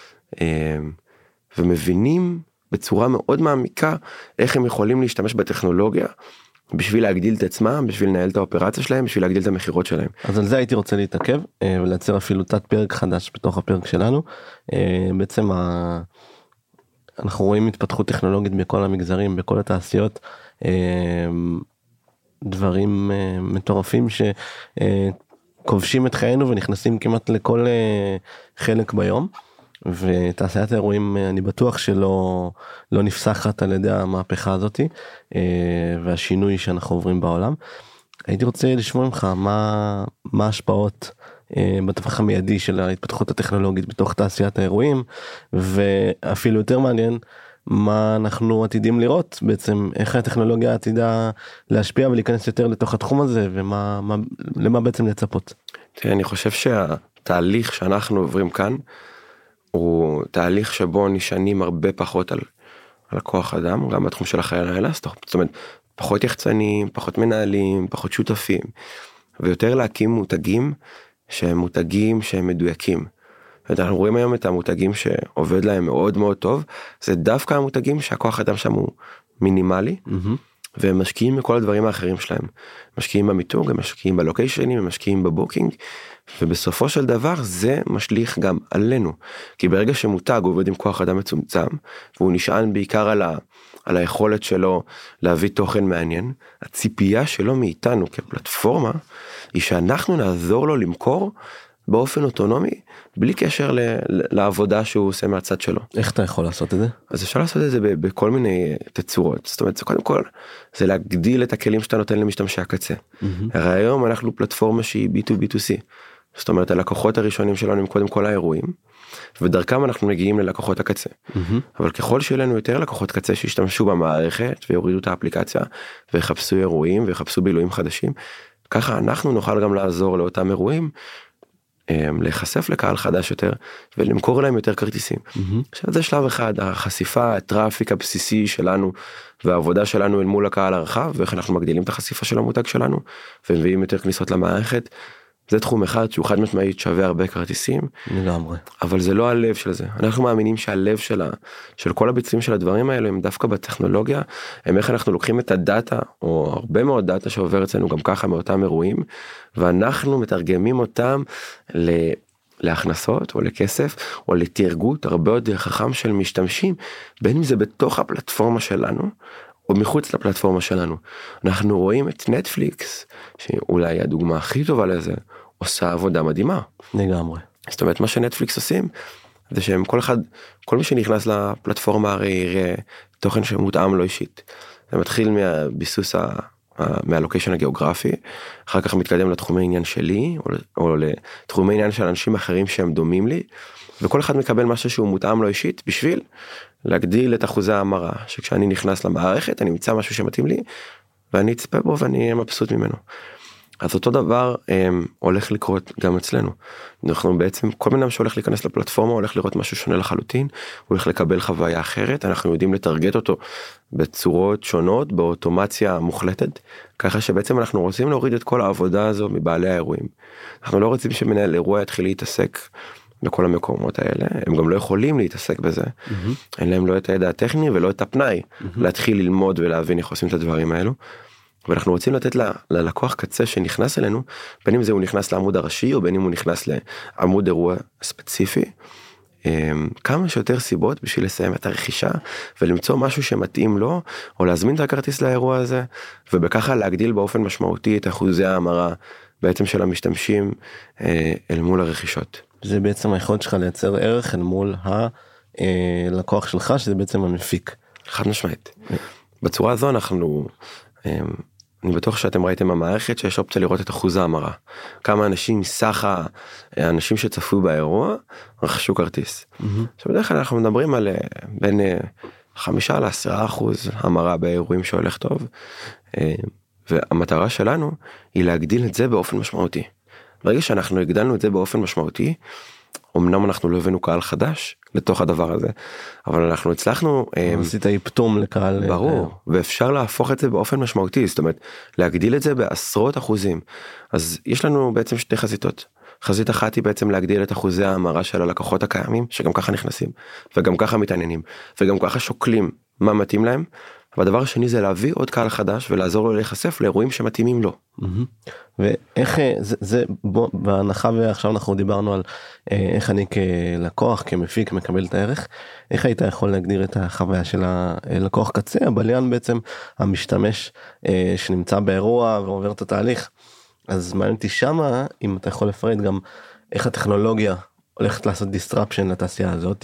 Speaker 2: ומבינים בצורה מאוד מעמיקה, איך הם יכולים להשתמש בטכנולוגיה, בשביל להגדיל את עצמם, בשביל לנהל את האופרציה שלהם, בשביל להגדיל את המחירות שלהם.
Speaker 1: אז על זה הייתי רוצה להתעכב, ולייצר אפילו תת פרק חדש בתוך הפרק שלנו. בעצם אנחנו רואים התפתחות טכנולוגית בכל המגזרים, בכל התעשיות, דברים מטורפים שכובשים את חיינו ונכנסים כמעט לכל חלק ביום. ותעשיית האירועים אני בטוח שלא נפסחת על ידי המהפכה הזאת והשינוי שאנחנו עוברים בעולם. הייתי רוצה לשמוע ממך מה ההשפעות בטווח המיידי של ההתפתחות הטכנולוגית בתוך תעשיית האירועים, ואפילו יותר מעניין מה אנחנו עתידים לראות בעצם, איך הטכנולוגיה עתידה להשפיע ולהיכנס יותר לתוך התחום הזה, ולמה בעצם לצפות.
Speaker 2: אני חושב שהתהליך שאנחנו עוברים כאן הוא תהליך שבו נשענים הרבה פחות על הכוח אדם, גם בתחום של החיי לילה, זאת אומרת, פחות יחצנים, פחות מנהלים, פחות שותפים, ויותר להקים מותגים שהם מדויקים. אנחנו רואים היום את המותגים שעובד להם מאוד מאוד טוב, זה דווקא המותגים שהכוח אדם שם הוא מינימלי, והם משקיעים בכל הדברים האחרים שלהם. משקיעים במיתוג, הם משקיעים בלוקיישנים, הם משקיעים בבוקינג, ובסופו של דבר זה משליך גם עלינו. כי ברגע שמותג עובד עם כוח אדם מצומצם, והוא נשען בעיקר על היכולת שלו להביא תוכן מעניין, הציפייה שלו מאיתנו כפלטפורמה, היא שאנחנו נעזור לו למכור באופן אוטונומי, בלי קשר לעבודה שהוא עושה מהצד שלו.
Speaker 1: איך אתה יכול לעשות את זה?
Speaker 2: אז אפשר לעשות את זה בכל מיני תצורות. זאת אומרת, קודם כל, זה להגדיל את הכלים שאתה נותן למשתמשי הקצה. הרי היום אנחנו פלטפורמה שהיא B2B2C. זאת אומרת, הלקוחות הראשונים שלנו הם קודם כל האירועים, ודרכם אנחנו מגיעים ללקוחות הקצה. אבל ככל שיהיה לנו יותר לקוחות קצה שישתמשו במערכת, ויורידו את האפליקציה, ויחפשו אירועים, ויחפשו בילויים חדשים, ככה אנחנו נוכל גם לעזור לאותם אירועים, להיחשף לקהל חדש יותר, ולמכור להם יותר כרטיסים. עכשיו זה שלב אחד, החשיפה, הטראפיק הבסיסי שלנו, והעבודה שלנו אל מול הקהל הרחב, ואיך אנחנו מגדילים את החשיפה של המותג שלנו, ומביאים יותר כניסות למערכת. זה תחום אחד שהוא חד משמעית שווה הרבה כרטיסים.
Speaker 1: לגמרי.
Speaker 2: אבל זה לא הלב של זה. אנחנו מאמינים שהלב של כל הביצועים של הדברים האלו, הם דווקא בטכנולוגיה, הם איך אנחנו לוקחים את הדאטה, או הרבה מאוד דאטה שעובר אצלנו גם ככה מאותם אירועים, ואנחנו מתרגמים אותם להכנסות, או לכסף, או לתרגות הרבה יותר חכם של משתמשים, בין אם זה בתוך הפלטפורמה שלנו, או מחוץ לפלטפורמה שלנו. אנחנו רואים את נטפליקס, שאולי הדוגמה הכי טובה לזה, עושה עבודה מדהימה.
Speaker 1: לגמרי.
Speaker 2: זאת אומרת, מה שנטפליקס עושים, זה שהם כל מי שנכנס לפלטפורמה הרי יראה תוכן שמותאם לו אישית. זה מתחיל מהביסוס מהלוקיישן הגיאוגרפי, אחר כך מתקדם לתחומי עניין שלי, או לתחומי עניין של אנשים אחרים שהם דומים לי, וכל אחד מקבל משהו שהוא מותאם לו אישית, בשביל להגדיל את אחוזי ההמרה, שכשאני נכנס למערכת, אני אמצא משהו שמתאים לי, ואני אצפה בו ואני אהיה מבסוט ממנו. אז אותו דבר הולך לקרות גם אצלנו. אנחנו בעצם, כל בן אדם שהולך להיכנס לפלטפורמה, הולך לראות משהו שונה לחלוטין, הוא הולך לקבל חוויה אחרת, אנחנו יודעים לטרגט אותו בצורות שונות, באוטומציה מוחלטת, ככה שבעצם אנחנו רוצים להוריד את כל העבודה הזו מבעלי האירועים. אנחנו לא רוצים שמנהל אירוע יתחיל להתעסק בכל המקומות האלה, הם גם לא יכולים להתעסק בזה, אין להם לא את הידע הטכני ולא את הפנאי, להתחיל ללמוד ולהבין איך עושים את הדברים האלו, ואנחנו רוצים לתת ללקוח קצה שנכנס אלינו, בין אם זה הוא נכנס לעמוד הראשי, או בין אם הוא נכנס לעמוד אירוע ספציפי, כמה שיותר סיבות בשביל לסיים את הרכישה, ולמצוא משהו שמתאים לו, או להזמין את הכרטיס לאירוע הזה, ובככה להגדיל באופן משמעותי את אחוזי ההמרה, בעצם של המשתמשים, אל מול הרכישות.
Speaker 1: זה בעצם היכולת שלך לייצר ערך אל מול הלקוח שלך, שזה בעצם המפיק.
Speaker 2: חד משמעית. בצורה הזו אני בטוח שאתם ראיתם במערכת שיש אופציה לראות את אחוז ההמרה. כמה אנשים מסך האנשים שצפו באירוע רכשו כרטיס. עכשיו בדרך כלל אנחנו מדברים על בין 5-10% המרה באירועים שהולך טוב. והמטרה שלנו היא להגדיל את זה באופן משמעותי. ברגע שאנחנו הגדלנו את זה באופן משמעותי, אמנם אנחנו לא הבאנו קהל חדש לתוך הדבר הזה, אבל אנחנו הצלחנו...
Speaker 1: עשית איפטום לקהל...
Speaker 2: ברור, ואפשר להפוך את זה באופן משמעותי, זאת אומרת, להגדיל את זה בעשרות אחוזים. אז יש לנו בעצם שתי חזיתות. חזית אחת היא בעצם להגדיל את אחוזי ההמרה של הלקוחות הקיימים, שגם ככה נכנסים, וגם ככה מתעניינים, וגם ככה שוקלים מה מתאים להם. והדבר השני זה להביא עוד קהל חדש ולעזור לו להיחשף לאירועים שמתאימים לו.
Speaker 1: ואיך זה בהנחה, ועכשיו אנחנו דיברנו על איך אני כלקוח, כמפיק מקבל את הערך, איך היית יכול להגדיר את החוויה של הלקוח קצה, הבליין בעצם המשתמש שנמצא באירוע ועובר את התהליך. אז מעניין אותי שמה, אם אתה יכול לפרט גם איך הטכנולוגיה הולכת לעשות disruption לתעשייה הזאת,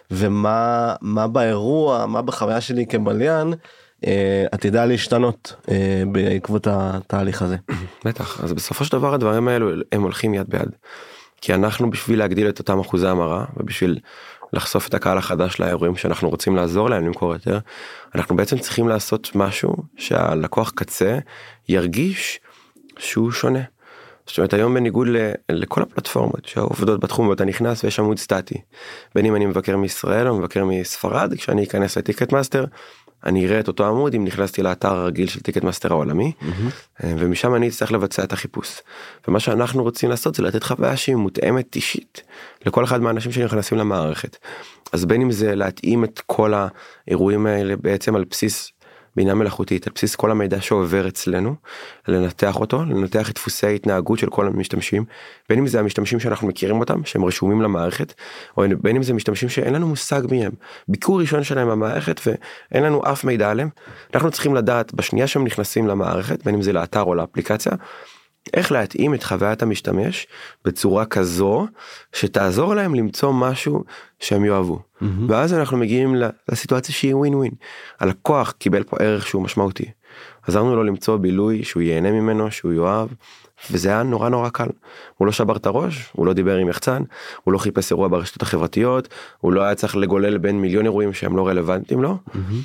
Speaker 1: ומה באירוע, מה בחוויה שלי כבליין, עתידה להשתנות בעקבות התהליך הזה.
Speaker 2: בטח, אז בסופו של דבר הדברים האלו הם הולכים יד ביד, כי אנחנו בשביל להגדיל את אותם אחוזי המרה, ובשביל לחשוף את הקהל החדש לאירועים שאנחנו רוצים לעזור להם למכור יותר, אנחנו בעצם צריכים לעשות משהו שהלקוח קצה ירגיש שהוא שונה. זאת אומרת, היום בניגוד לכל הפלטפורמות שעובדות בתחום, ואתה נכנס ויש עמוד סטטי, בין אם אני מבקר מישראל או מבקר מספרד, כשאני אכנס לטיקט מאסטר, אני אראה את אותו עמוד אם נכנסתי לאתר הרגיל של טיקט מאסטר העולמי, ומשם אני אצטרך לבצע את החיפוש. ומה שאנחנו רוצים לעשות זה לתת חוויה שהיא מותאמת אישית לכל אחד מהאנשים שנכנסים למערכת. אז בין אם זה להתאים את כל האירועים האלה בעצם על בסיס בינה מלאכותית, על בסיס כל המידע שעובר אצלנו, לנתח אותו, לנתח את דפוסי ההתנהגות של כל המשתמשים, בין אם זה המשתמשים שאנחנו מכירים אותם, שהם רשומים למערכת, או בין אם זה משתמשים שאין לנו מושג מהם, ביקור ראשון שלהם במערכת, ואין לנו אף מידע עליהם. אנחנו צריכים לדעת בשנייה שהם נכנסים למערכת, בין אם זה לאתר או לאפליקציה, איך להתאים את חוויית המשתמש בצורה כזו שתעזור להם למצוא משהו שהם יאהבו. ואז אנחנו מגיעים לסיטואציה שהיא ווין ווין. הלקוח קיבל פה ערך שהוא משמעותי. עזרנו לו למצוא בילוי שהוא ייהנה ממנו, שהוא יאהב, וזה היה נורא נורא קל. הוא לא שבר את הראש, הוא לא דיבר עם יחצן, הוא לא חיפש אירוע ברשתות החברתיות, הוא לא היה צריך לגולל בין מיליון אירועים שהם לא רלוונטיים לו.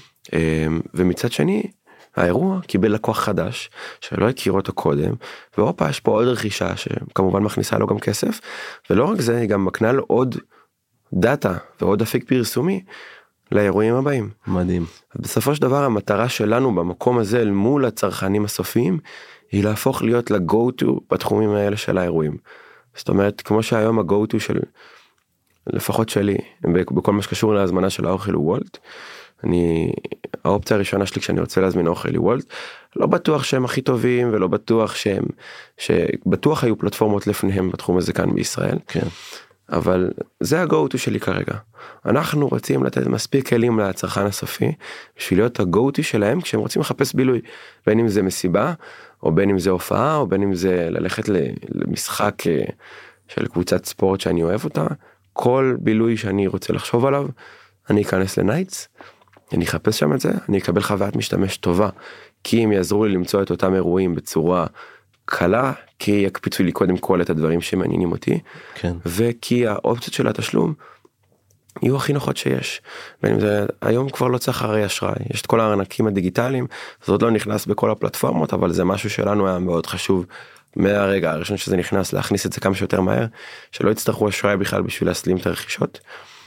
Speaker 2: ומצד שני, האירוע קיבל לקוח חדש שלא הכיר אותו קודם, ואופה יש פה עוד רכישה שכמובן מכניסה לו גם כסף, ולא רק זה, היא גם מקנה לו עוד דאטה ועוד אפיק פרסומי לאירועים הבאים.
Speaker 1: מדהים.
Speaker 2: בסופו של דבר המטרה שלנו במקום הזה אל מול הצרכנים הסופיים, היא להפוך להיות ל-go-to בתחומים האלה של האירועים. זאת אומרת, כמו שהיום ה-go-to של, לפחות שלי, בכל מה שקשור להזמנה של האוכל הוא וולט, האופציה הראשונה שלי כשאני רוצה להזמין אוכל היא וולט, לא בטוח שהם הכי טובים ולא בטוח שבטוח היו פלטפורמות לפניהם בתחום הזה כאן בישראל.
Speaker 1: כן.
Speaker 2: אבל זה ה-go-to שלי כרגע. אנחנו רוצים לתת מספיק כלים לצרכן הסופי בשביל להיות ה-go-to שלהם כשהם רוצים לחפש בילוי, בין אם זה מסיבה או בין אם זה הופעה או בין אם זה ללכת למשחק של קבוצת ספורט שאני אוהב אותה. כל בילוי שאני רוצה לחשוב עליו, אני אכנס לנייטס, אני אחפש שם את זה, אני אקבל חוויית משתמש טובה, כי הם יעזרו לי למצוא את אותם אירועים בצורה קלה, כי יקפיצו לי קודם כל את הדברים שמעניינים אותי,
Speaker 1: כן.
Speaker 2: וכי האופציות של התשלום יהיו הכי נוחות שיש. בין אם זה, היום כבר לא צריך הרי אשראי, יש את כל הארנקים הדיגיטליים, זה עוד לא נכנס בכל הפלטפורמות, אבל זה משהו שלנו היה מאוד חשוב, מהרגע הראשון שזה נכנס, להכניס את זה כמה שיותר מהר, שלא יצטרכו אשראי בכלל בשביל להסלים את הרכישות.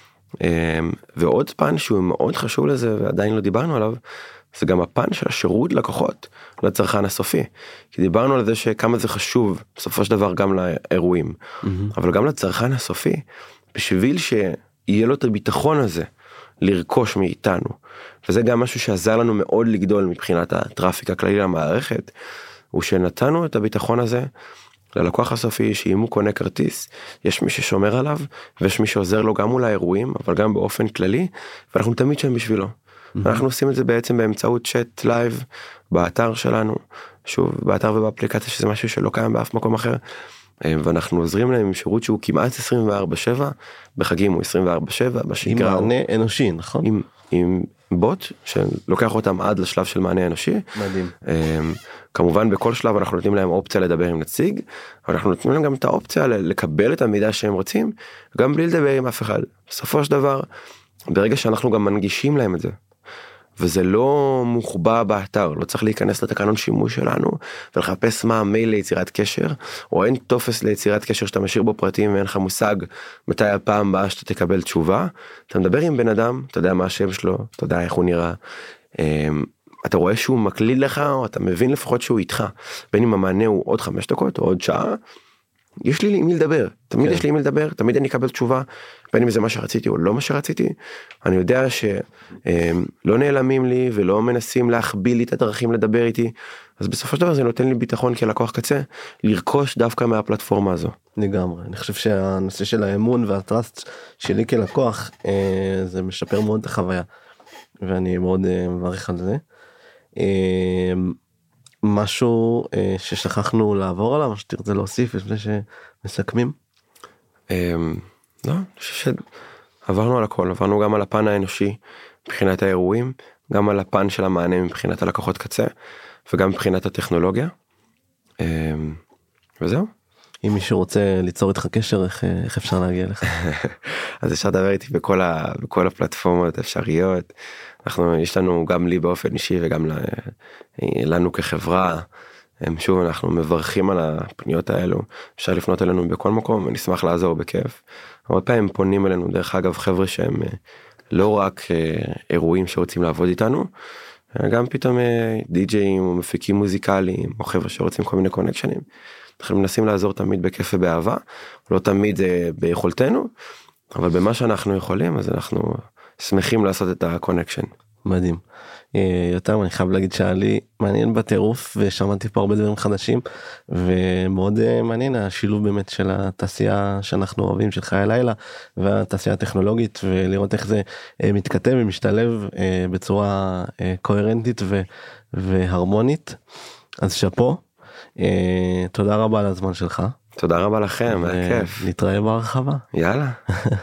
Speaker 2: ועוד פן שהוא מאוד חשוב לזה ועדיין לא דיברנו עליו, זה גם הפן של השירות לקוחות לצרכן הסופי, כי דיברנו על זה שכמה זה חשוב בסופו של דבר גם לאירועים, אבל גם לצרכן הסופי, בשביל שיהיה לו את הביטחון הזה לרכוש מאיתנו, וזה גם משהו שעזר לנו מאוד לגדול מבחינת הטראפיק הכללי למערכת, הוא שנתנו את הביטחון הזה ללקוח הסופי, שאם הוא קונה כרטיס, יש מי ששומר עליו, ויש מי שעוזר לו גם מול האירועים, אבל גם באופן כללי, ואנחנו תמיד שם בשבילו. אנחנו עושים את זה בעצם באמצעות צ'אט לייב, באתר שלנו, שוב, באתר ובאפליקציה, שזה משהו שלא קיים באף מקום אחר, ואנחנו עוזרים להם עם שירות שהוא כמעט 24/7, בחגים הוא 24/7, בשגרה.
Speaker 1: עם מענה אנושי, נכון?
Speaker 2: עם בוט שלוקח אותם עד לשלב של מענה אנושי.
Speaker 1: מדהים.
Speaker 2: כמובן בכל שלב אנחנו נותנים להם אופציה לדבר עם נציג, אבל אנחנו נותנים להם גם את האופציה לקבל את המידע שהם רוצים, גם בלי לדבר עם אף אחד. בסופו של דבר, ברגע שאנחנו גם מנגישים להם את זה, וזה לא מוחבא באתר, לא צריך להיכנס לתקנון שימוש שלנו, ולחפש מה המייל ליצירת קשר, או אין טופס ליצירת קשר שאתה משאיר בו פרטים ואין לך מושג מתי הפעם הבאה שאתה תקבל תשובה. אתה מדבר עם בן אדם, אתה יודע מה השם שלו, אתה יודע איך הוא נראה, אתה רואה שהוא מקליד לך, או אתה מבין לפחות שהוא איתך, בין אם המענה הוא עוד 5 דקות או עוד שעה, יש לי עם מי לדבר, תמיד יש לי עם מי לדבר, תמיד אני אקבל תשובה, בין אם זה מה שרציתי או לא מה שרציתי. אני יודע שלא נעלמים לי ולא מנסים להכביל לי את הדרכים לדבר איתי, אז בסופו של דבר זה נותן לי ביטחון כלקוח קצה, לרכוש דווקא מהפלטפורמה הזו.
Speaker 1: לגמרי, אני חושב שהנושא של האמון והטראסט שלי כלקוח, זה משפר מאוד את החוויה, ואני מאוד מברך על זה. משהו ששכחנו לעבור עליו, שתרצה להוסיף לפני שמסכמים?
Speaker 2: לא, אני חושב שעברנו על הכל, עברנו גם על הפן האנושי מבחינת האירועים, גם על הפן של המענה מבחינת הלקוחות קצה, וגם מבחינת הטכנולוגיה, וזהו.
Speaker 1: אם מישהו רוצה ליצור איתך קשר, איך אפשר להגיע לך?
Speaker 2: אז אפשר לדבר איתי בכל הפלטפורמות אפשריות. יש לנו גם לי באופן אישי וגם לנו כחברה, שוב אנחנו מברכים על הפניות האלו, אפשר לפנות אלינו בכל מקום, נשמח לעזור בכיף. הרבה פעמים פונים אלינו, דרך אגב, חבר'ה שהם לא רק אירועים שרוצים לעבוד איתנו, גם פתאום די-ג'אים או מפיקים מוזיקליים, או חבר'ה שרוצים כל מיני קונקשנים. אנחנו מנסים לעזור תמיד בכיף ובאהבה, לא תמיד זה ביכולתנו, אבל במה שאנחנו יכולים, אז אנחנו שמחים לעשות את הקונקשן.
Speaker 1: מדהים. יותר, אני חייב להגיד שהיה לי מעניין בטירוף, ושמעתי פה הרבה דברים חדשים, ומאוד מעניין השילוב באמת של התעשייה שאנחנו אוהבים, של חיי לילה, והתעשייה הטכנולוגית, ולראות איך זה מתכתב ומשתלב בצורה קוהרנטית והרמונית. אז שפו, תודה רבה על הזמן שלך.
Speaker 2: תודה רבה לכם, היה כיף.
Speaker 1: נתראה בהרחבה.
Speaker 2: יאללה.